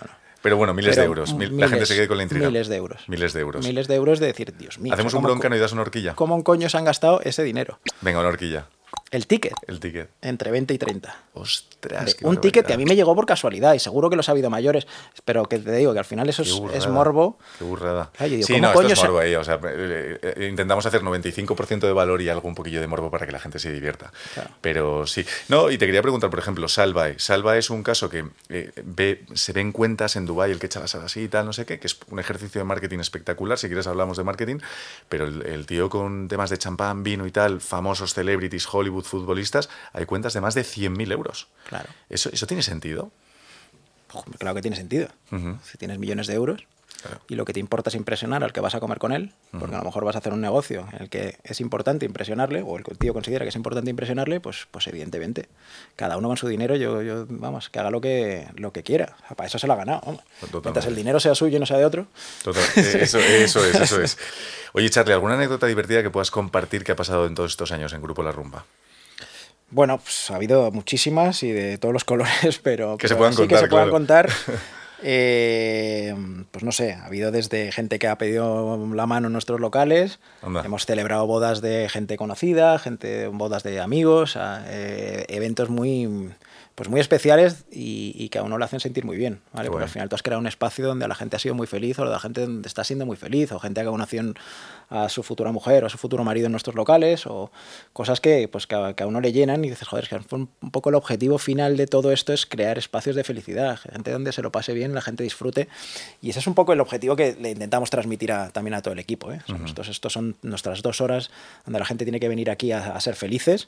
Pero bueno, miles de euros. La gente se quede con la intriga. Miles de euros. Miles de euros. Miles de euros de decir, Dios mío. Hacemos un broncano y das una horquilla. ¿Cómo en coño se han gastado ese dinero? Venga, una horquilla. El ticket. El ticket. Entre 20 y 30. Ostras, qué Un barbaridad. ticket que a mí me llegó por casualidad y seguro que los ha habido mayores, pero que te digo que al final eso es morbo. Qué burrada. Claro, yo digo, Sí, ¿cómo no, coño esto es se- morbo ahí. O sea, intentamos hacer 95% de valor y algo un poquillo de morbo para que la gente se divierta. Claro. Pero sí. No, y te quería preguntar, por ejemplo, Salvae. Salvae es un caso que se ven cuentas en Dubái, el que echa las alas así y tal, no sé qué, que es un ejercicio de marketing espectacular. Si quieres hablamos de marketing, pero el tío con temas de champán, vino y tal, famosos celebrities, Hollywood, futbolistas, hay cuentas de más de 100.000 euros. Claro. ¿Eso tiene sentido? Claro que tiene sentido. Ujú. Si tienes millones de euros Claro. y lo que te importa es impresionar al que vas a comer con él, porque a lo mejor vas a hacer un negocio en el que es importante impresionarle, o el que el tío considera que es importante impresionarle, pues evidentemente. Cada uno con su dinero, vamos, que haga lo que quiera. O sea, para eso se lo ha ganado. Vamos. Totalmente. Mientras el dinero sea suyo y no sea de otro. Total, eso es. Oye, Charlie, ¿alguna anécdota divertida que puedas compartir que ha pasado en todos estos años en Grupo La Rumba? Bueno, pues ha habido muchísimas y de todos los colores, pero Que se pero puedan así contar, que se puedan claro. contar. Pues no sé, ha habido desde gente que ha pedido la mano en nuestros locales, Anda. hemos celebrado bodas de gente conocida, bodas de amigos, eventos pues muy especiales y que a uno le hacen sentir muy bien, ¿vale? Qué Porque bueno. al final tú has creado un espacio donde la gente ha sido muy feliz o la gente donde está siendo muy feliz, o gente que ha conocido a su futura mujer o a su futuro marido en nuestros locales, o cosas que a uno le llenan y dices, joder, es que un poco el objetivo final de todo esto es crear espacios de felicidad, gente donde se lo pase bien, la gente disfrute, y ese es un poco el objetivo que le intentamos transmitir también a todo el equipo, ¿eh? O sea, estos son nuestras 2 horas donde la gente tiene que venir aquí a ser felices,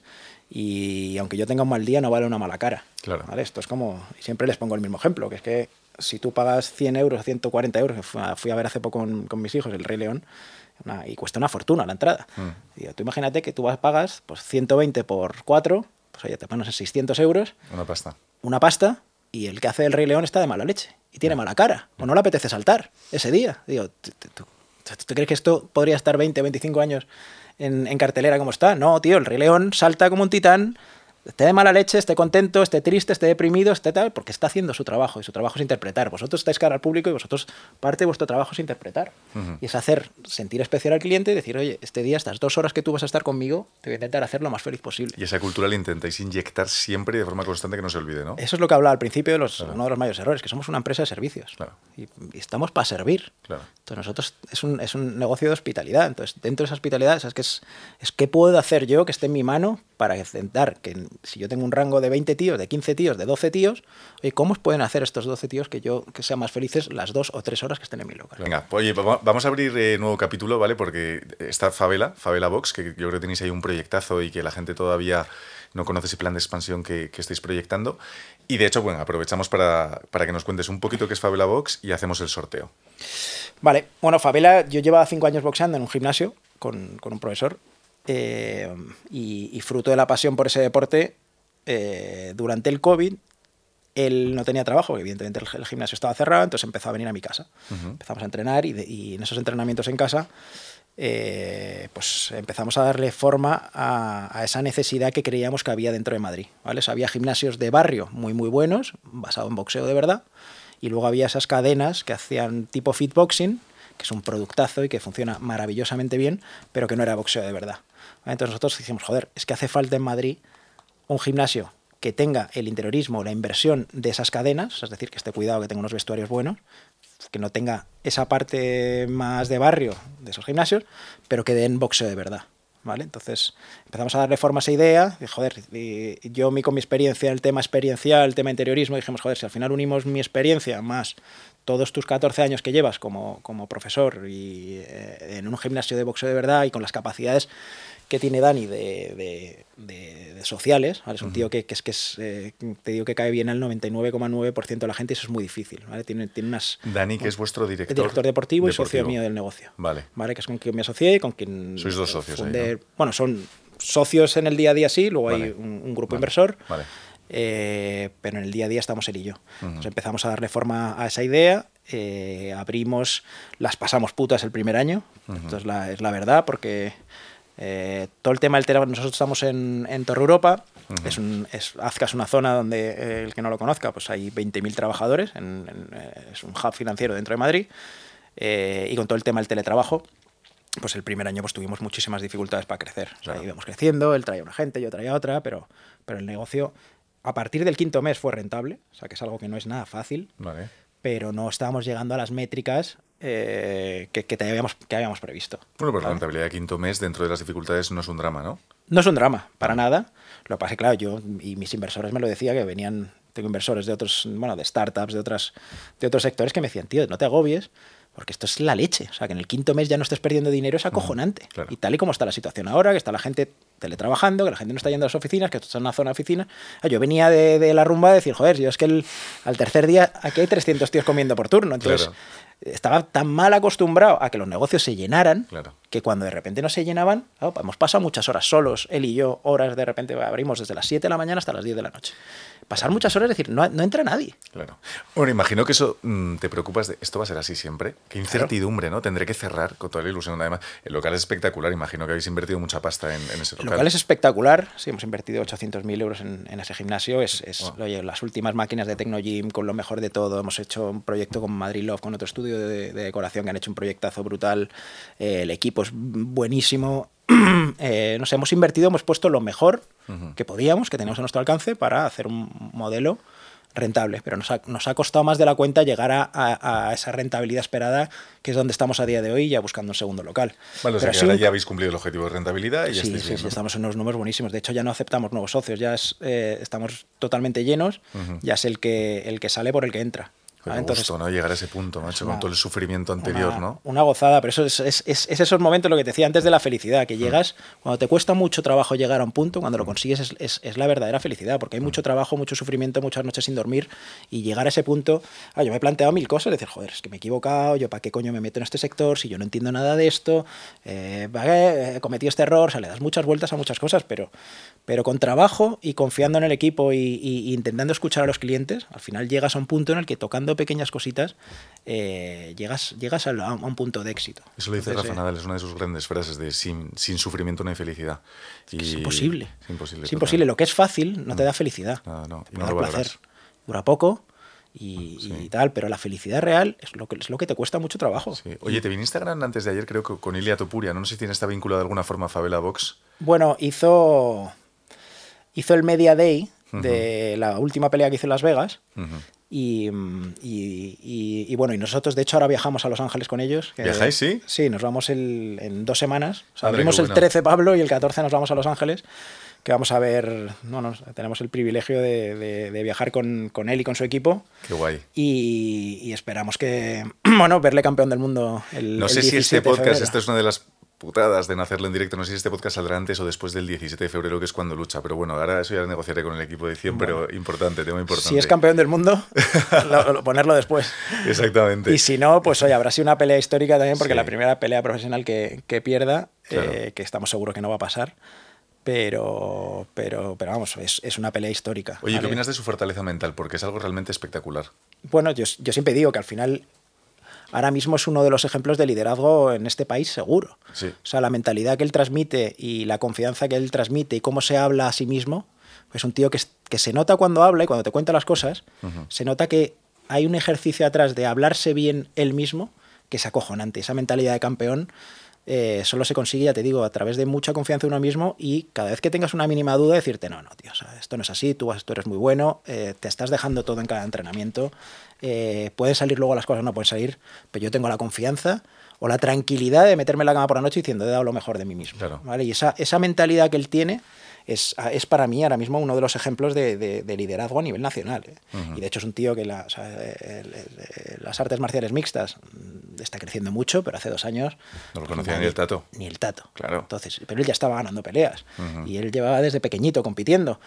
y aunque yo tenga un mal día no vale una mala cara. Claro. ¿Vale? Esto es como, y siempre les pongo el mismo ejemplo, que es que si tú pagas 100 euros, 140 euros, que fui a ver hace poco con mis hijos El Rey León, y cuesta una fortuna la entrada. Digo, tú imagínate que tú pagas pues 120 por 4, pues oye, te pones 600 euros, Una pasta. y el que hace El Rey León está de mala leche, y tiene mala cara, o no le apetece saltar ese día. Digo, ¿tú crees que esto podría estar 20, 25 años en cartelera como está? No, tío, El Rey León salta como un titán, esté de mala leche, esté contento, esté triste, esté deprimido, esté tal, porque está haciendo su trabajo, y su trabajo es interpretar. Vosotros estáis cara al público y vosotros, parte de vuestro trabajo es interpretar. Y es hacer sentir especial al cliente y decir, oye, este día, estas 2 horas que tú vas a estar conmigo, te voy a intentar hacer lo más feliz posible. Y esa cultura la intentáis inyectar siempre y de forma constante, que no se olvide, ¿no? Eso es lo que hablaba al principio de Claro. uno de los mayores errores, que somos una empresa de servicios. Claro. Y estamos para servir. Claro. Entonces nosotros es un negocio de hospitalidad. Entonces dentro de esa hospitalidad es qué puedo hacer yo que esté en mi mano para intentar que si yo tengo un rango de 20 tíos, de 15 tíos, de 12 tíos, oye, ¿cómo pueden hacer estos 12 tíos que sean más felices las 2 o 3 horas que estén en mi local? Venga, oye, vamos a abrir nuevo capítulo, ¿vale? Porque está Favela Box, que yo creo que tenéis ahí un proyectazo y que la gente todavía no conoce ese plan de expansión que estáis proyectando. Y de hecho, bueno, aprovechamos para que nos cuentes un poquito qué es Favela Box y hacemos el sorteo. Vale, bueno, Favela, yo llevaba 5 años boxeando en un gimnasio con un profesor, y fruto de la pasión por ese deporte, durante el COVID, él no tenía trabajo, porque evidentemente el gimnasio estaba cerrado, entonces empezó a venir a mi casa. Empezamos a entrenar y en esos entrenamientos en casa pues empezamos a darle forma a esa necesidad que creíamos que había dentro de Madrid, ¿vale? O sea, había gimnasios de barrio muy buenos, basados en boxeo de verdad, y luego había esas cadenas que hacían tipo fitboxing, que es un productazo y que funciona maravillosamente bien, pero que no era boxeo de verdad, ¿vale? Entonces nosotros dijimos, joder, es que hace falta en Madrid un gimnasio que tenga el interiorismo, la inversión de esas cadenas, es decir, que esté cuidado, que tenga unos vestuarios buenos, que no tenga esa parte más de barrio de esos gimnasios, pero que den boxeo de verdad, ¿vale? Entonces empezamos a darle forma a esa idea, y joder, yo con mi experiencia, el tema experiencial, el tema interiorismo, dijimos, joder, si al final unimos mi experiencia más todos tus 14 años que llevas como profesor y en un gimnasio de boxeo de verdad y con las capacidades que tiene Dani de sociales, ¿vale? Es un tío que te digo que cae bien al 99,9% de la gente, y eso es muy difícil, ¿vale? Tiene unas... Dani, que es vuestro director deportivo y socio mío del negocio. Vale. Que es con quien me asocié y con quien... Sois 2 socios ahí, ¿no? Bueno, son socios en el día a día, sí, luego Vale. hay un grupo Vale. inversor, Vale. pero en el día a día estamos él y yo. Entonces empezamos a darle forma a esa idea, las pasamos putas el primer año, esto es la verdad, porque todo el tema del teletrabajo, nosotros estamos en Torre Europa, Azca es una zona donde, el que no lo conozca, pues hay 20.000 trabajadores, es un hub financiero dentro de Madrid, y con todo el tema del teletrabajo, pues el primer año pues tuvimos muchísimas dificultades para crecer. O sea, íbamos creciendo, él traía una gente, yo traía otra, pero el negocio a partir del quinto mes fue rentable, o sea que es algo que no es nada fácil, Vale. pero no estábamos llegando a las métricas que habíamos previsto. Bueno, pues la rentabilidad de quinto mes dentro de las dificultades no es un drama, ¿no? No es un drama, para nada. Lo que pasa es que, claro, yo y mis inversores me lo decían, que venían, tengo inversores de otros, bueno, de startups, de otros sectores que me decían, tío, no te agobies, porque esto es la leche. O sea, que en el quinto mes ya no estés perdiendo dinero es acojonante. Claro. Y tal y como está la situación ahora, que está la gente teletrabajando, que la gente no está yendo a las oficinas, que esto es una zona de oficina. Yo venía de la rumba a decir, joder, yo es que al tercer día aquí hay 300 tíos comiendo por turno. Entonces, estaba tan mal acostumbrado a que los negocios se llenaran, que cuando de repente no se llenaban, hemos pasado muchas horas solos, él y yo, horas de repente, abrimos desde las 7 de la mañana hasta las 10 de la noche. Pasar muchas horas, es decir, no entra nadie. Claro. Bueno, imagino que eso te preocupas de, ¿esto va a ser así siempre? Qué incertidumbre, ¿no? Tendré que cerrar con toda la ilusión. Además, el local es espectacular, imagino que habéis invertido mucha pasta en ese local. El local es espectacular, sí, hemos invertido 800.000 euros en ese gimnasio. Oye, las últimas máquinas de Tecnogym con lo mejor de todo. Hemos hecho un proyecto con Madrid Love, con otro estudio de decoración que han hecho un proyectazo brutal. El equipo es buenísimo. No sé, hemos invertido, hemos puesto lo mejor que podíamos, que teníamos a nuestro alcance, para hacer un modelo rentable, pero nos ha costado más de la cuenta llegar a esa rentabilidad esperada, que es donde estamos a día de hoy, ya buscando un segundo local. Vale, o sea que ahora ya habéis cumplido el objetivo de rentabilidad y ya estáis bien, sí, ¿no? estamos en unos números buenísimos. De hecho, ya no aceptamos nuevos socios, ya estamos totalmente llenos, ya es el que sale por el que entra. Qué gusto, ¿no? Llegar a ese punto, macho, con todo el sufrimiento anterior, ¿no? Una gozada, pero eso es esos momentos, lo que te decía antes de la felicidad, que llegas, cuando te cuesta mucho trabajo llegar a un punto, cuando lo consigues es la verdadera felicidad, porque hay mucho trabajo, mucho sufrimiento, muchas noches sin dormir, y llegar a ese punto, yo me he planteado 1000 cosas, decir, joder, es que me he equivocado, yo para qué coño me meto en este sector, si yo no entiendo nada de esto, he cometido este error, o sea, le das muchas vueltas a muchas cosas, pero con trabajo y confiando en el equipo y intentando escuchar a los clientes, al final llegas a un punto en el que tocando pequeñas cositas llegas a un punto de éxito. Eso lo dice Rafa Nadal, es una de sus grandes frases de sin sufrimiento no hay felicidad. Es imposible. Es imposible. Lo que es fácil no te da felicidad. No, te da placer. Dura poco y tal, pero la felicidad real es lo que te cuesta mucho trabajo. Sí. Oye, te viniste a Gran antes de ayer, creo que con Ilia Topuria, no sé si está vinculado de alguna forma a Favela Box. Bueno, hizo el Media Day de la última pelea que hizo en Las Vegas. Y bueno, y nosotros de hecho ahora viajamos a Los Ángeles con ellos. ¿Viajáis, sí? Sí, nos vamos en 2 semanas. O sea, abrimos el 13 Pablo y el 14 nos vamos a Los Ángeles, que vamos a ver, tenemos el privilegio de viajar con él y con su equipo. Qué guay. Y esperamos que, verle campeón del mundo No sé si este podcast, esta es una de las putadas de no hacerlo en directo, no sé si este podcast saldrá antes o después del 17 de febrero, que es cuando lucha, pero bueno, ahora eso ya lo negociaré con el equipo de 100, pero tema importante. Si es campeón del mundo, ponerlo después. Exactamente. Y si no, pues oye, habrá sido una pelea histórica también, porque la primera pelea profesional que pierda, claro, que estamos seguros que no va a pasar, pero vamos, es una pelea histórica. Oye, ¿vale? ¿Qué opinas de su fortaleza mental? Porque es algo realmente espectacular. Bueno, yo siempre digo que al final ahora mismo es uno de los ejemplos de liderazgo en este país seguro. Sí. O sea, la mentalidad que él transmite y la confianza que él transmite y cómo se habla a sí mismo, pues es un tío que se nota cuando habla y cuando te cuenta las cosas, se nota que hay un ejercicio atrás de hablarse bien él mismo que es acojonante. Esa mentalidad de campeón solo se consigue, ya te digo, a través de mucha confianza en uno mismo y cada vez que tengas una mínima duda decirte, no, tío, o sea, esto no es así, tú eres muy bueno, te estás dejando todo en cada entrenamiento, pueden salir luego las cosas, no pueden salir, pero yo tengo la confianza o la tranquilidad de meterme en la cama por la noche diciendo, he dado lo mejor de mí mismo. Claro. ¿Vale? Y esa mentalidad que él tiene es para mí ahora mismo uno de los ejemplos de liderazgo a nivel nacional. Y de hecho es un tío que las artes marciales mixtas está creciendo mucho, pero hace 2 años... No lo conocía ni el Tato. Ni el Tato. Claro. Entonces, pero él ya estaba ganando peleas. Y él llevaba desde pequeñito compitiendo.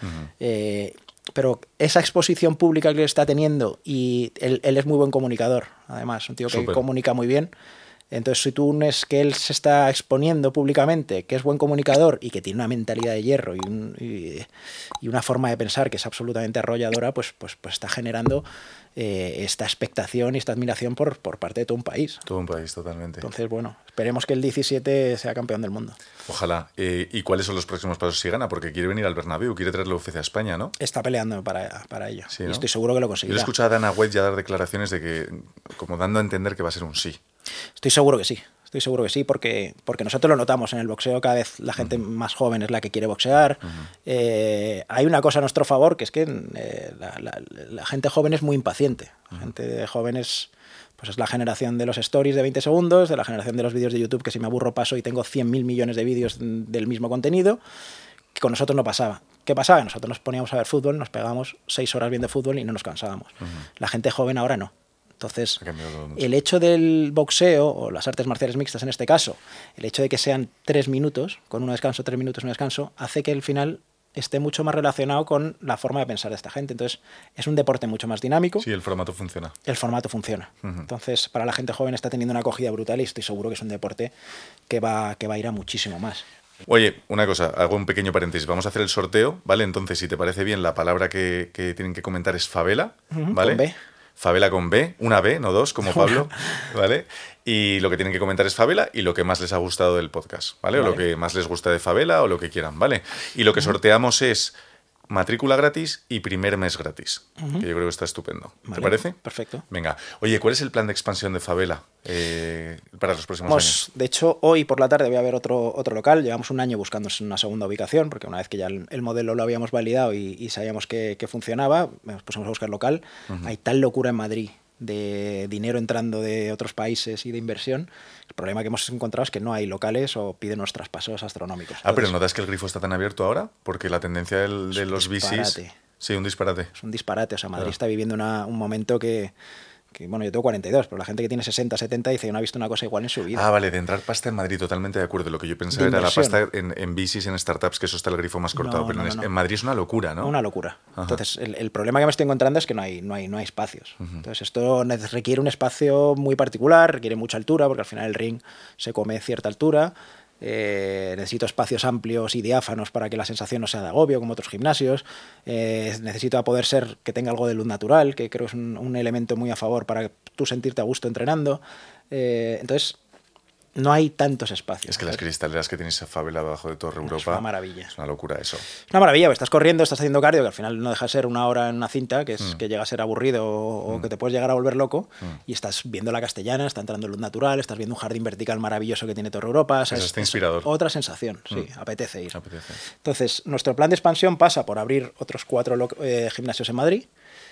Pero esa exposición pública que está teniendo, y él es muy buen comunicador, además, un tío que comunica muy bien, Entonces, si tú unes que él se está exponiendo públicamente, que es buen comunicador y que tiene una mentalidad de hierro y una forma de pensar que es absolutamente arrolladora, pues está generando esta expectación y esta admiración por parte de todo un país. Todo un país, totalmente. Entonces, bueno, esperemos que el 17 sea campeón del mundo. Ojalá. ¿Y cuáles son los próximos pasos si gana? Porque quiere venir al Bernabéu, quiere traer la UFC a España, ¿no? Está peleando para ello. Sí, y ¿no? estoy seguro que lo Yo conseguirá. he escuchado a Dana White ya dar declaraciones de que, como dando a entender que va a ser un sí. Estoy seguro que sí. Estoy seguro que sí, porque nosotros lo notamos en el boxeo, cada vez la gente más joven es la que quiere boxear. Hay una cosa a nuestro favor, que es que la gente joven es muy impaciente. La gente joven es la generación de los stories de 20 segundos, de la generación de los vídeos de YouTube, que si me aburro paso y tengo 100.000 millones de vídeos del mismo contenido, que con nosotros no pasaba. ¿Qué pasaba? Nosotros nos poníamos a ver fútbol, nos pegábamos 6 horas viendo fútbol y no nos cansábamos. La gente joven ahora no. Entonces, el hecho del boxeo, o las artes marciales mixtas en este caso, el hecho de que sean 3 minutos, con un descanso, 3 minutos, un descanso, hace que el final esté mucho más relacionado con la forma de pensar de esta gente. Entonces, es un deporte mucho más dinámico. Sí, el formato funciona. El formato funciona. Entonces, para la gente joven está teniendo una acogida brutal y estoy seguro que es un deporte que va a ir a muchísimo más. Oye, una cosa, hago un pequeño paréntesis. Vamos a hacer el sorteo, ¿vale? Entonces, si te parece bien, la palabra que tienen que comentar es favela, ¿vale? Con B. Favela con B, una B, no dos, como Pablo, ¿vale? Y lo que tienen que comentar es favela y lo que más les ha gustado del podcast, ¿vale? O lo que más les gusta de favela o lo que quieran, ¿vale? Y lo que sorteamos es matrícula gratis y primer mes gratis, que yo creo que está estupendo. Vale, ¿Te parece? Perfecto. Venga. Oye, ¿cuál es el plan de expansión de favela para los próximos años? De hecho, hoy por la tarde voy a ver otro local. Llevamos un año buscando una segunda ubicación, porque una vez que ya el modelo lo habíamos validado y sabíamos que funcionaba, nos pusimos a buscar local. Hay tal locura en Madrid de dinero entrando de otros países y de inversión. El problema que hemos encontrado es que no hay locales o piden unos traspasos astronómicos. Entonces, pero ¿notas que el grifo está tan abierto ahora? Porque la tendencia de los bicis... Sí, un disparate. Es un disparate. O sea, Madrid está viviendo un momento que, bueno, yo tengo 42, pero la gente que tiene 60, 70 dice que no ha visto una cosa igual en su vida. Ah, vale, de entrar pasta en Madrid, totalmente de acuerdo. Lo que yo pensaba era la pasta en bicis, en startups, que eso está el grifo más cortado. Pero en Madrid es una locura, ¿no? Una locura. Ajá. Entonces, el problema que me estoy encontrando es que no hay espacios. Entonces, esto requiere un espacio muy particular, requiere mucha altura, porque al final el ring se come cierta altura. Necesito espacios amplios y diáfanos para que la sensación no sea de agobio como otros gimnasios. Necesito poder ser que tenga algo de luz natural, que creo que es un elemento muy a favor para tú sentirte a gusto entrenando. Entonces no hay tantos espacios. Es que las cristaleras que tienes a favela abajo de Torre Europa es una maravilla. Es una locura eso. Es una maravilla, porque estás corriendo, estás haciendo cardio, que al final no deja de ser una hora en una cinta, que llega a ser aburrido o que te puedes llegar a volver loco, y estás viendo la Castellana, está entrando luz natural, estás viendo un jardín vertical maravilloso que tiene Torre Europa. O sea, eso está inspirador. Otra sensación, sí, apetece ir. Entonces, nuestro plan de expansión pasa por abrir otros 4 gimnasios en Madrid,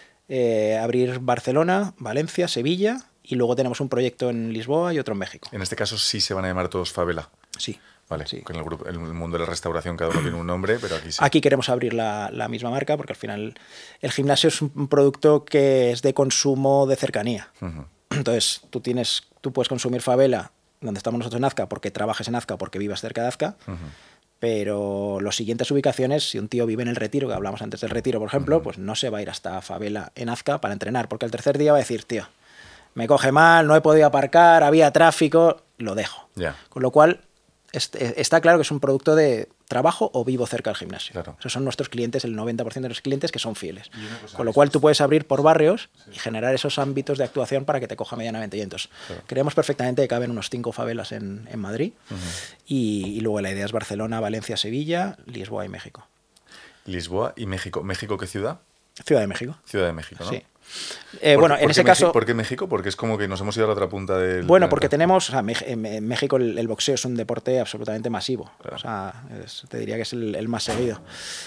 abrir Barcelona, Valencia, Sevilla, y luego tenemos un proyecto en Lisboa y otro en México. En este caso sí se van a llamar todos favela. Sí. Vale, sí. Con el mundo de la restauración cada uno tiene un nombre, pero aquí sí. Aquí queremos abrir la misma marca porque al final el gimnasio es un producto que es de consumo de cercanía. Entonces tú puedes consumir favela donde estamos nosotros en Azca porque trabajes en Azca, porque vivas cerca de Azca, pero las siguientes ubicaciones, si un tío vive en el Retiro, que hablamos antes del Retiro, por ejemplo, pues no se va a ir hasta favela en Azca para entrenar, porque el tercer día va a decir, tío, me coge mal, no he podido aparcar, había tráfico, lo dejo. Con lo cual, está claro que es un producto de trabajo o vivo cerca del gimnasio. Claro. Esos son nuestros clientes, el 90% de los clientes que son fieles. Con lo cual tú puedes abrir por barrios y generar esos ámbitos de actuación para que te coja medianamente. Y entonces creemos perfectamente que caben unos 5 favelas en Madrid y luego la idea es Barcelona, Valencia, Sevilla, Lisboa y México. Lisboa y México. ¿México qué ciudad? Ciudad de México. Ciudad de México, ¿no? Sí. Bueno, en ese caso... ¿Por qué México? Porque es como que nos hemos ido a la otra punta del... Bueno, porque tenemos... O sea, en México el boxeo es un deporte absolutamente masivo. Claro. O sea, te diría que es el más seguido.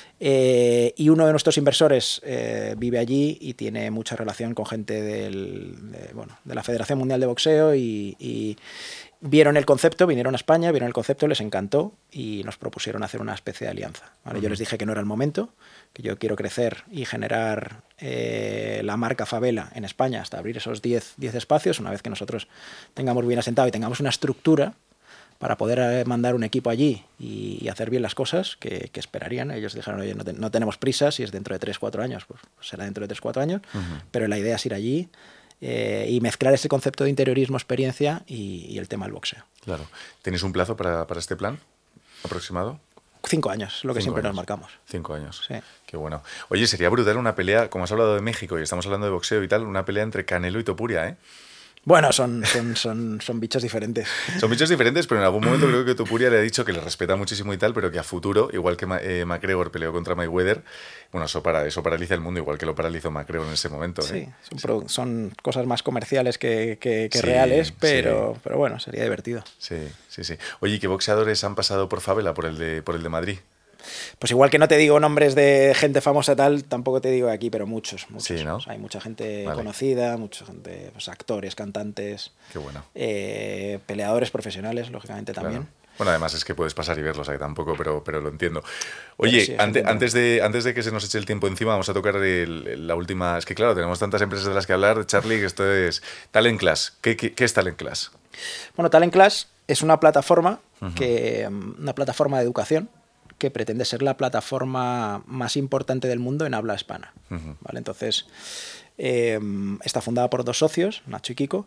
Y uno de nuestros inversores vive allí y tiene mucha relación con gente de la Federación Mundial de Boxeo y vieron el concepto, vinieron a España, vieron el concepto, les encantó y nos propusieron hacer una especie de alianza. ¿Vale? Yo les dije que no era el momento, que yo quiero crecer y generar la marca Favela en España hasta abrir esos 10 espacios, una vez que nosotros tengamos bien asentado y tengamos una estructura para poder mandar un equipo allí y hacer bien las cosas que esperarían. Ellos dijeron, oye, no tenemos prisa, si es dentro de 3-4 años, pues será dentro de 3-4 años, pero la idea es ir allí, y mezclar ese concepto de interiorismo, experiencia y el tema del boxeo. Claro. ¿Tenéis un plazo para este plan aproximado? 5 años, lo que 5 siempre años. nos marcamos. 5 años. Sí. Qué bueno. Oye, sería brutal una pelea, como has hablado de México y estamos hablando de boxeo y tal, una pelea entre Canelo y Topuria, ¿eh? Bueno, son bichos diferentes. Son bichos diferentes, pero en algún momento creo que Topuria le ha dicho que le respeta muchísimo y tal, pero que a futuro, igual que McGregor peleó contra Mayweather, bueno, eso paraliza el mundo, igual que lo paralizó McGregor en ese momento. Sí, ¿eh? son cosas más comerciales que Sí, reales, pero sí. bueno, sería divertido. Sí, sí, sí. Oye, ¿qué boxeadores han pasado por Favela, por el de Madrid? Pues igual que no te digo nombres de gente famosa tal, tampoco te digo de aquí, pero muchos. Sí, ¿no? O sea, hay mucha gente Vale. conocida, mucha gente, pues, actores, cantantes, Qué bueno. peleadores profesionales, lógicamente también. Claro. Bueno, además es que puedes pasar y verlos, tampoco, pero lo entiendo. Oye, sí, antes de que se nos eche el tiempo encima, vamos a tocar la última... Es que claro, tenemos tantas empresas de las que hablar, Charlie, que esto es Talent Class. ¿Qué es Talent Class? Bueno, Talent Class es una plataforma una plataforma de educación que pretende ser la plataforma más importante del mundo en habla hispana. ¿Vale? Entonces, está fundada por 2 socios, Nacho y Kiko,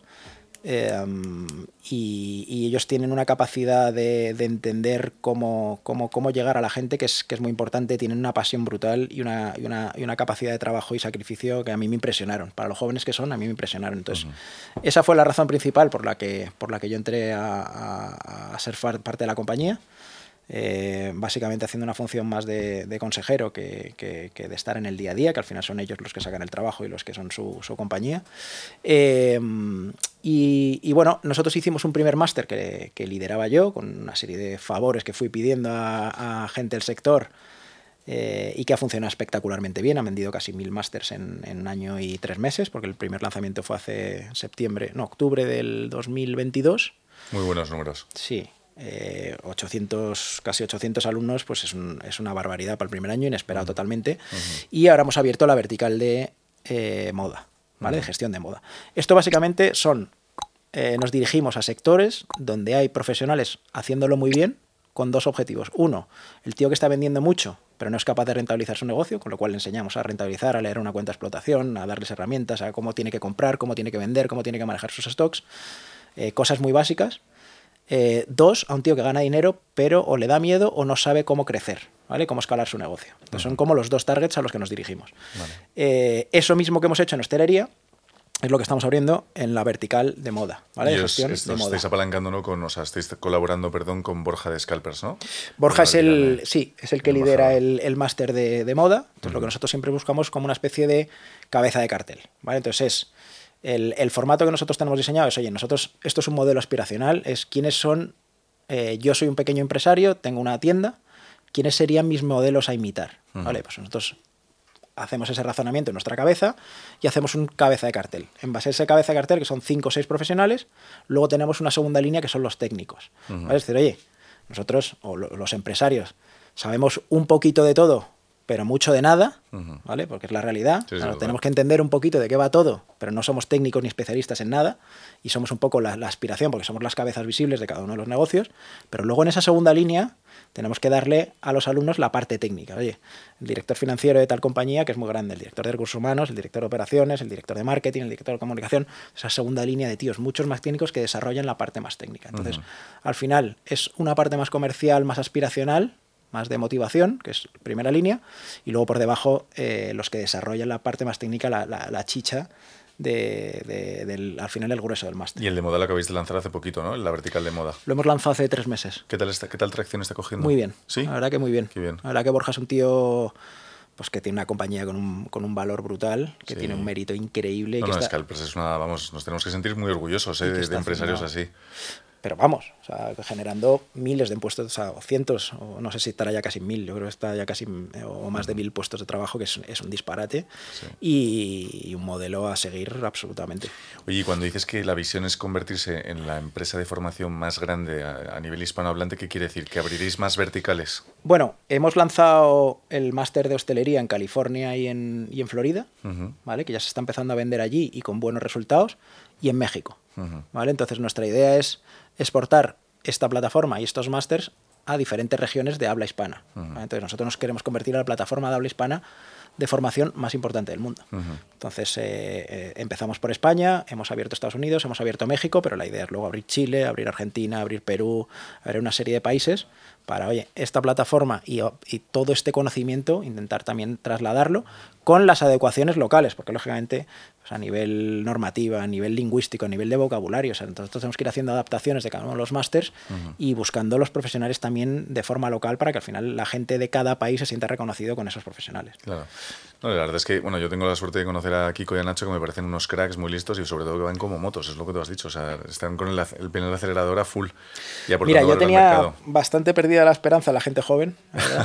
y ellos tienen una capacidad de entender cómo llegar a la gente que es muy importante. Tienen una pasión brutal y una capacidad de trabajo y sacrificio que a mí me impresionaron. Para los jóvenes que son, a mí me impresionaron. Entonces, esa fue la razón principal por la que yo entré a ser parte de la compañía. Básicamente haciendo una función más de consejero que de estar en el día a día, que al final son ellos los que sacan el trabajo y los que son su compañía. Y bueno, nosotros hicimos un primer máster que lideraba yo, con una serie de favores que fui pidiendo a gente del sector, y que ha funcionado espectacularmente bien. Han vendido casi 1000 másters en 1 año y 3 meses, porque el primer lanzamiento fue hace octubre del 2022. Muy buenos números. Sí. casi 800 alumnos, pues es una barbaridad para el primer año, inesperado totalmente. Y ahora hemos abierto la vertical de moda, ¿vale? De gestión de moda. Esto básicamente nos dirigimos a sectores donde hay profesionales haciéndolo muy bien, con 2 objetivos. Uno, el tío que está vendiendo mucho, pero no es capaz de rentabilizar su negocio, con lo cual le enseñamos a rentabilizar, a leer una cuenta de explotación, a darles herramientas, a cómo tiene que comprar, cómo tiene que vender, cómo tiene que manejar sus stocks, cosas muy básicas. 2, a un tío que gana dinero, pero o le da miedo o no sabe cómo crecer, ¿vale? Cómo escalar su negocio. Entonces, son como los 2 targets a los que nos dirigimos. Vale. Eso mismo que hemos hecho en hostelería es lo que estamos abriendo en la vertical de moda, ¿vale? Y de gestión de moda. Estáis apalancando, ¿no? estáis colaborando, con Borja de Scalpers, ¿no? Borja es el que lidera el máster de moda. Entonces, lo que nosotros siempre buscamos es como una especie de cabeza de cartel, ¿vale? Entonces, el formato que nosotros tenemos diseñado es, oye, esto es un modelo aspiracional, es quiénes son, yo soy un pequeño empresario, tengo una tienda, ¿quiénes serían mis modelos a imitar? ¿Vale? Pues nosotros hacemos ese razonamiento en nuestra cabeza y hacemos un cabeza de cartel. En base a ese cabeza de cartel, que son 5 o 6 profesionales, luego tenemos una segunda línea que son los técnicos. ¿Vale? Es decir, oye, nosotros, o los empresarios, sabemos un poquito de todo, pero mucho de nada, ¿vale? Porque es la realidad. Sí, claro, tenemos que entender un poquito de qué va todo, pero no somos técnicos ni especialistas en nada, y somos un poco la aspiración, porque somos las cabezas visibles de cada uno de los negocios, pero luego en esa segunda línea tenemos que darle a los alumnos la parte técnica. Oye, el director financiero de tal compañía, que es muy grande, el director de recursos humanos, el director de operaciones, el director de marketing, el director de comunicación, esa segunda línea de tíos, muchos más técnicos que desarrollan la parte más técnica. Entonces, al final, es una parte más comercial, más aspiracional, más de motivación, que es primera línea, y luego por debajo los que desarrollan la parte más técnica, la chicha al final el grueso del máster. Y el de moda lo acabáis de lanzar hace poquito, ¿no? La vertical de moda. Lo hemos lanzado hace 3 meses. ¿Qué tal tracción está cogiendo? Muy bien. ¿Sí? La verdad que muy bien. Qué bien. La verdad que Borja es un tío pues que tiene una compañía con un valor brutal, que tiene un mérito increíble. Scalpers nos tenemos que sentir muy orgullosos de empresarios así. Pero vamos, o sea, generando miles de puestos, o sea, cientos, o no sé si estará ya casi 1000, yo creo que está ya casi, o más de 1000 puestos de trabajo, que es un disparate, y un modelo a seguir absolutamente. Oye, y cuando dices que la visión es convertirse en la empresa de formación más grande a nivel hispanohablante, ¿qué quiere decir? ¿Que abriréis más verticales? Bueno, hemos lanzado el máster de hostelería en California y en Florida, ¿vale? Que ya se está empezando a vender allí y con buenos resultados, y en México, ¿vale? Entonces nuestra idea es exportar esta plataforma y estos másters a diferentes regiones de habla hispana. Entonces nosotros nos queremos convertir en la plataforma de habla hispana de formación más importante del mundo. Entonces, empezamos por España, hemos abierto Estados Unidos, hemos abierto México, pero la idea es luego abrir Chile, abrir Argentina, abrir Perú, abrir una serie de países para, oye, esta plataforma y todo este conocimiento, intentar también trasladarlo con las adecuaciones locales, porque lógicamente pues a nivel normativa, a nivel lingüístico, a nivel de vocabulario, o sea, nosotros tenemos que ir haciendo adaptaciones de cada uno de los másters y buscando los profesionales también de forma local para que al final la gente de cada país se sienta reconocido con esos profesionales. Claro. No, la verdad es que, bueno, yo tengo la suerte de conocer a Kiko y a Nacho, que me parecen unos cracks muy listos y sobre todo que van como motos, es lo que tú has dicho, o sea, están con el pie en el acelerador a full. Y mira, yo tenía bastante perdida la esperanza la gente joven,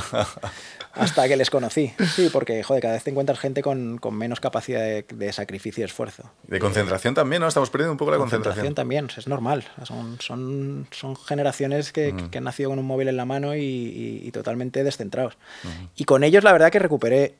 hasta que les conocí. Sí, porque, joder, cada vez te encuentras gente con menos capacidad de sacrificio y esfuerzo. De concentración también, ¿no? Estamos perdiendo un poco la concentración. También, es normal. Son generaciones que han nacido con un móvil en la mano y totalmente descentrados. Y con ellos, la verdad que recuperé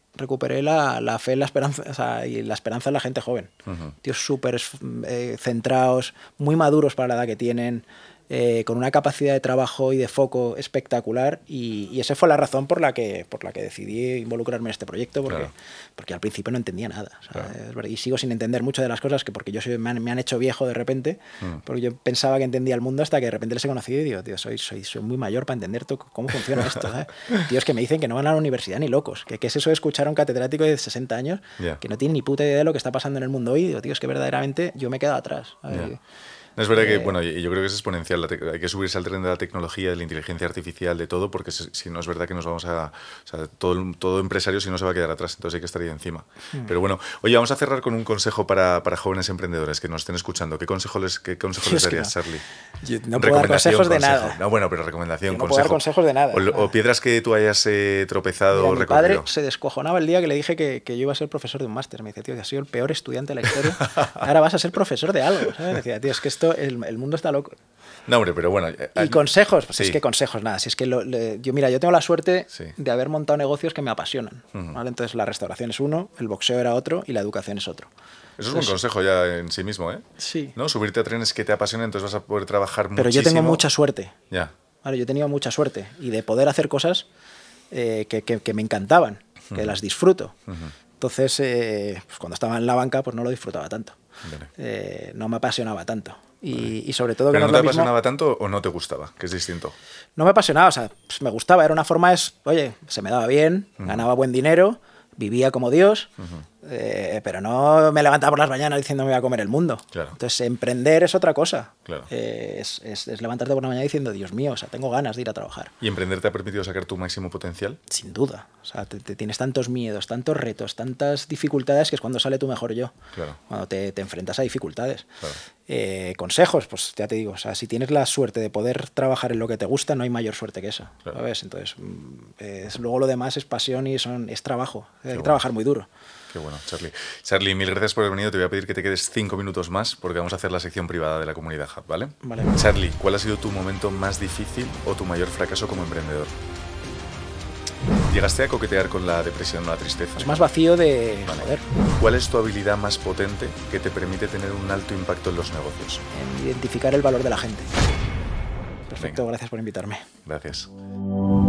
la fe, la esperanza, o sea, y la esperanza en la gente joven. Tíos súper centrados, muy maduros para la edad que tienen, con una capacidad de trabajo y de foco espectacular, y esa fue la razón por la que decidí involucrarme en este proyecto, porque al principio no entendía nada, o sea, es verdad, y sigo sin entender muchas de las cosas, que porque me han hecho viejo de repente, porque yo pensaba que entendía el mundo hasta que de repente les he conocido y digo, tío, soy muy mayor para entender cómo funciona esto, ¿sabes? Tíos que me dicen que no van a la universidad ni locos, que es eso de escuchar a un catedrático de 60 años que no tiene ni puta idea de lo que está pasando en el mundo hoy, y digo, tío, es que verdaderamente yo me he quedado atrás. No, es verdad que, bueno, yo creo que es exponencial. Hay que subirse al tren de la tecnología, de la inteligencia artificial, de todo, porque si no es verdad que nos vamos a... O sea, todo empresario si no se va a quedar atrás, entonces hay que estar ahí encima. Pero bueno, oye, vamos a cerrar con un consejo para jóvenes emprendedores que nos estén escuchando. ¿Qué consejo les darías, Charlie? Yo no puedo dar consejos de nada. No, bueno, pero recomendación, no puedo dar consejos de nada. O piedras que tú hayas tropezado o recorrido. Mi padre se descojonaba el día que le dije que yo iba a ser profesor de un máster. Me dice, tío, que has sido el peor estudiante de la historia. Ahora vas a ser profesor de algo, ¿sabes? Me decía, tío, es que el mundo está loco. No, hombre, pero bueno. ¿Y consejos? Pues es que consejos, nada. Si es que yo tengo la suerte de haber montado negocios que me apasionan. ¿Vale? Entonces, la restauración es uno, el boxeo era otro y la educación es otro. Eso es un consejo ya en sí mismo, ¿eh? Sí. ¿No? Subirte a trenes que te apasionen, entonces vas a poder trabajar muchísimo. Pero yo tengo mucha suerte. Ya. Vale, yo he tenido mucha suerte y de poder hacer cosas que me encantaban, que las disfruto. Entonces, pues cuando estaba en la banca, pues no lo disfrutaba tanto. No me apasionaba tanto. Y sobre todo... ¿Pero no te apasionaba tanto o no te gustaba? Que es distinto. No me apasionaba, o sea, pues me gustaba. Era una forma, oye, se me daba bien, ganaba buen dinero, vivía como Dios, pero no me levantaba por las mañanas diciendo me voy a comer el mundo. Claro. Entonces, emprender es otra cosa. Claro. Es levantarte por la mañana diciendo, Dios mío, o sea, tengo ganas de ir a trabajar. ¿Y emprender te ha permitido sacar tu máximo potencial? Sin duda. O sea, te tienes tantos miedos, tantos retos, tantas dificultades, que es cuando sale tu mejor yo. Claro. Cuando te enfrentas a dificultades. Claro. Consejos, pues ya te digo, o sea, si tienes la suerte de poder trabajar en lo que te gusta, no hay mayor suerte que esa. Claro. ¿Sabes? Entonces, luego lo demás es pasión y es trabajo. Hay que trabajar muy duro. Qué bueno, Charlie. Charlie, mil gracias por haber venido. Te voy a pedir que te quedes 5 minutos más porque vamos a hacer la sección privada de la Comunidad Hub, ¿vale? Vale. Charlie, ¿cuál ha sido tu momento más difícil o tu mayor fracaso como emprendedor? ¿Llegaste a coquetear con la depresión o la tristeza? Es más vacío de... Vale. Joder. ¿Cuál es tu habilidad más potente que te permite tener un alto impacto en los negocios? En identificar el valor de la gente. Perfecto, Venga. gracias por invitarme. Gracias.